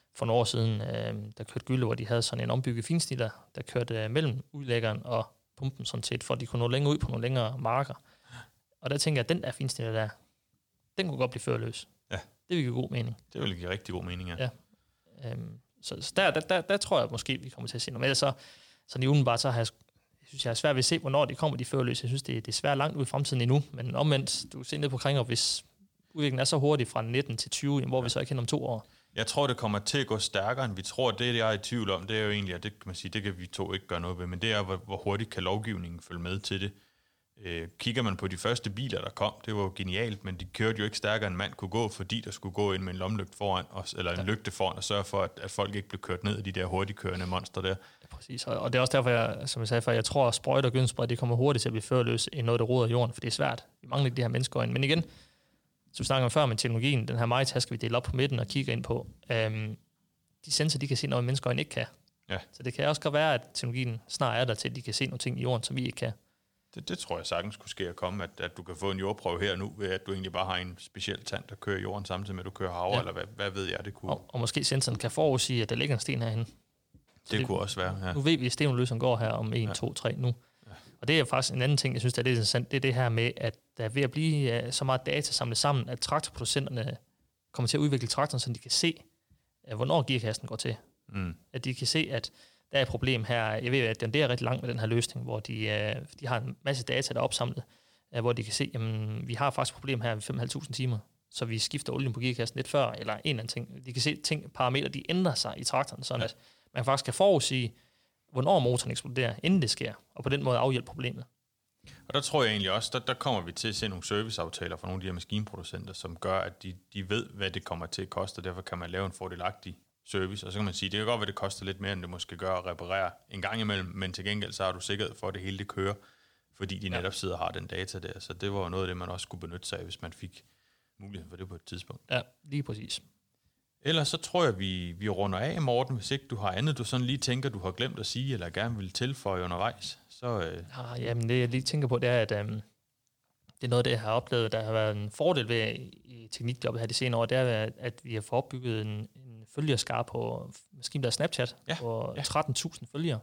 for nogle år siden, øh, der kørte Gylde, hvor de havde sådan en ombygget finsnitter, der kørte øh, mellem udlæggeren og pumpen sådan set, for at de kunne nå længere ud på nogle længere marker. Og der tænker jeg, at den der finsnitter der, den kunne godt blive førerløs. Ja. Det vil give god mening. Det vil give rigtig god mening, ja. ja. Øhm, så så der, der, der, der tror jeg måske, vi kommer til at se noget. Men så, så i ugen bare, så har jeg, jeg synes, jeg er svært ved at se, hvornår de kommer, de førerløse. Jeg synes, det, det er svært langt ud i fremtiden endnu. Men omvendt, du ser ned på Kringrup, hvis udviklingen er så hurtig fra nitten til tyve, hvor ja. vi så ikke hen om to år. Jeg tror, det kommer til at gå stærkere, end vi tror. Det, jeg er i tvivl om, det er jo egentlig, at det kan man sige, det kan vi to ikke gøre noget ved, men det er, hvor, hvor hurtigt kan lovgivningen følge med til det. Øh, kigger man på de første biler, der kom, det var jo genialt, men de kørte jo ikke stærkere, end mand kunne gå, fordi der skulle gå ind med en lomlygt foran, eller en ja. lygte foran, og sørge for, at, at folk ikke blev kørt ned af de der hurtigkørende monster der. Ja, præcis, og det er også derfor, jeg, som jeg sagde før, jeg tror, at sprøjt og gødningsspray, det kommer hurtigt til at blive førerløs end noget, der roder i jorden, for det er svært. Vi mangler ikke de her mennesker ind. Men igen, som vi snakker om før med teknologien, den her majtaske, vi deler op på midten og kigger ind på, øhm, de sensorer, de kan se noget, mennesker ikke kan. Ja. Så det kan også godt være, at teknologien snart er der til, at de kan se nogle ting i jorden, som vi ikke kan. Det, det tror jeg sagtens kunne ske at komme, at, at du kan få en jordprøve her nu, ved at du egentlig bare har en speciel tand, der kører i jorden samtidig med, at du kører havre, ja. eller hvad, hvad ved jeg, det kunne. Og, og måske sensoren kan forudsige, at der ligger en sten herhen. Det, det kunne også være, ja. Nu ved vi, at stenløseren går her om en, to, tre nu. Ja. Og det er faktisk en anden ting, jeg synes, der er lidt interessant, det er det her med, at der er ved at blive uh, så meget data samlet sammen, at traktorproducenterne kommer til at udvikle traktoren, så de kan se, uh, hvornår gearkassen går til. Mm. At de kan se, at der er et problem her. Jeg ved, at den der er rigtig langt med den her løsning, hvor de, uh, de har en masse data, der er opsamlet, uh, hvor de kan se, jamen, vi har faktisk et problem her ved fem tusind fem hundrede timer, så vi skifter olien på gearkassen lidt før, eller en eller anden ting. De kan se, ting, parametre, de ændrer sig i traktoren, sådan ja. at man faktisk kan forudsige, hvornår motoren eksploderer, inden det sker, og på den måde afhjælpe problemet. Og der tror jeg egentlig også, der, der kommer vi til at se nogle serviceaftaler fra nogle af de her maskinproducenter, som gør, at de, de ved, hvad det kommer til at koste, og derfor kan man lave en fordelagtig service. Og så kan man sige, det kan godt være, det koster lidt mere, end det måske gør at reparere en gang imellem, men til gengæld så har du sikkerhed for, at det hele det kører, fordi de netop sidder og har den data der. Så det var noget af det, man også skulle benytte sig af, hvis man fik mulighed for det på et tidspunkt. Ja, lige præcis. Ellers så tror jeg, vi, vi runder af, Morten, hvis ikke du har andet, du sådan lige tænker, du har glemt at sige, eller gerne vil tilføje undervejs. Så, øh... ja, jamen det jeg lige tænker på, det er, at øhm, det er noget, det jeg har oplevet, der har været en fordel ved i teknikjobbet her de senere år, det er, at vi har fået opbygget en, en følgerskare på maskinen, der er Snapchat, ja, på ja. tretten tusind følgere.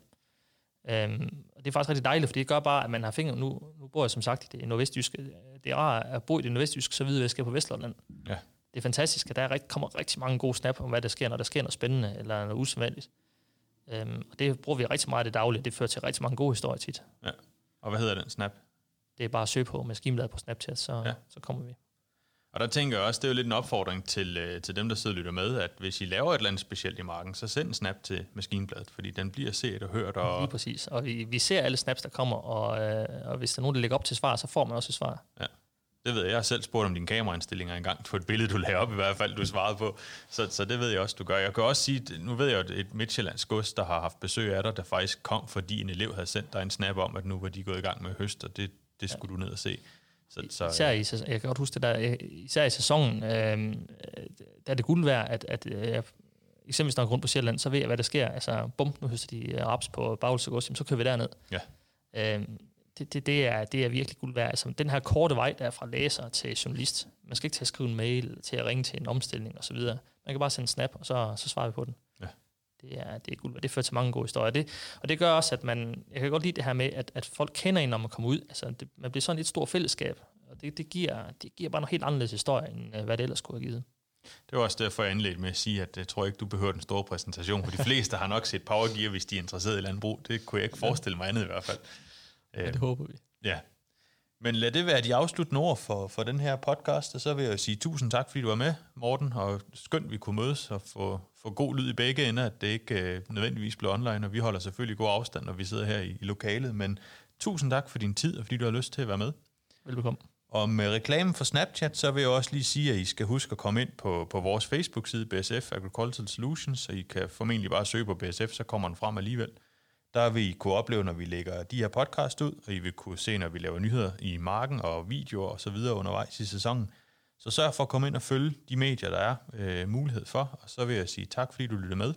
Øhm, og det er faktisk rigtig dejligt, for det gør bare, at man har fingre. Nu, nu bor jeg som sagt i det nordvestjyske. Det er rart at bo i det nordvestjyske, så videre, at jeg skal på Vestland. Ja. Det er fantastisk, at der rigt, kommer rigtig mange gode snap om, hvad der sker, når der sker noget spændende eller noget usædvanligt. Øhm, og det bruger vi rigtig meget i det daglige. Det fører til rigtig mange gode historier tit. Ja. Og hvad hedder den snap? Det er bare at søge på Maskinbladet på Snapchat, så, ja. så kommer vi. Og der tænker jeg også, det er jo lidt en opfordring til, øh, til dem, der sidder og lytter med, at hvis I laver et eller andet specielt i marken, så send en snap til Maskinbladet, fordi den bliver set og hørt. Og lige præcis. Og vi, vi ser alle snaps, der kommer, og, øh, og hvis der er nogen, der lægger op til svar, så får man også et svar. Ja. Det ved jeg. Jeg har selv spurgt om dine kameraindstillinger engang på et billede, du lagde op i hvert fald, du svarede på. Så, så det ved jeg også, du gør. Jeg kan også sige, nu ved jeg jo, et Midtjyllands gods, der har haft besøg af dig, der faktisk kom, fordi en elev havde sendt dig en snap om, at nu var de gået i gang med høst, og det, det skulle ja. du ned og se. Så, så, især i, jeg kan godt huske det der, især i sæsonen, øh, der er det guld værd, at, at øh, eksempelvis når jeg går rundt på Sjælland, så ved jeg, hvad der sker. Altså, bum, nu høster de raps på Bagelse gods, så kører vi derned. Ja. Øh, Det, det, det, er, det er virkelig guld værd. Altså, den her korte vej, der er fra læser til journalist. Man skal ikke til at skrive en mail, til at ringe til en omstilling osv. Man kan bare sende en snap, og så, så svarer vi på den. Ja. Det er, det er guld værd. Det fører til mange gode historier. Det, og det gør også, at man... Jeg kan godt lide det her med, at, at folk kender en, når man kommer ud. Altså, det, man bliver sådan et stort fællesskab. Og det, det, giver, det giver bare noget helt anderledes historie, end hvad det ellers skulle have givet. Det var også derfor, jeg indledte med at sige, at jeg tror ikke, du behøver den store præsentation. For de fleste har nok set Power Gear, hvis de er interesseret i landbrug. Det kunne jeg ikke forestille mig andet i hvert fald. Ja, det håber vi. Ja, men lad det være de afsluttende ord for, for den her podcast, og så vil jeg sige tusind tak, fordi du var med, Morten, og skønt, vi kunne mødes og få, få god lyd i begge ender, at det ikke øh, nødvendigvis bliver online, og vi holder selvfølgelig god afstand, når vi sidder her i, i lokalet, men tusind tak for din tid, og fordi du har lyst til at være med. Velbekomme. Og med reklamen for Snapchat, så vil jeg også lige sige, at I skal huske at komme ind på, på vores Facebook-side, B S F Agricultural Solutions, så I kan formentlig bare søge på B S F, så kommer den frem alligevel. Der vil I kunne opleve, når vi lægger de her podcast ud, og I vil kunne se, når vi laver nyheder i marken og videoer og så videre undervejs i sæsonen. Så sørg for at komme ind og følge de medier, der er øh, mulighed for. Og så vil jeg sige tak, fordi du lytter med,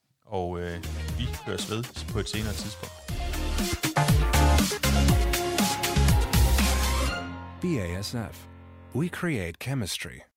og øh, vi høres ved på et senere tidspunkt. B A S F. We create chemistry.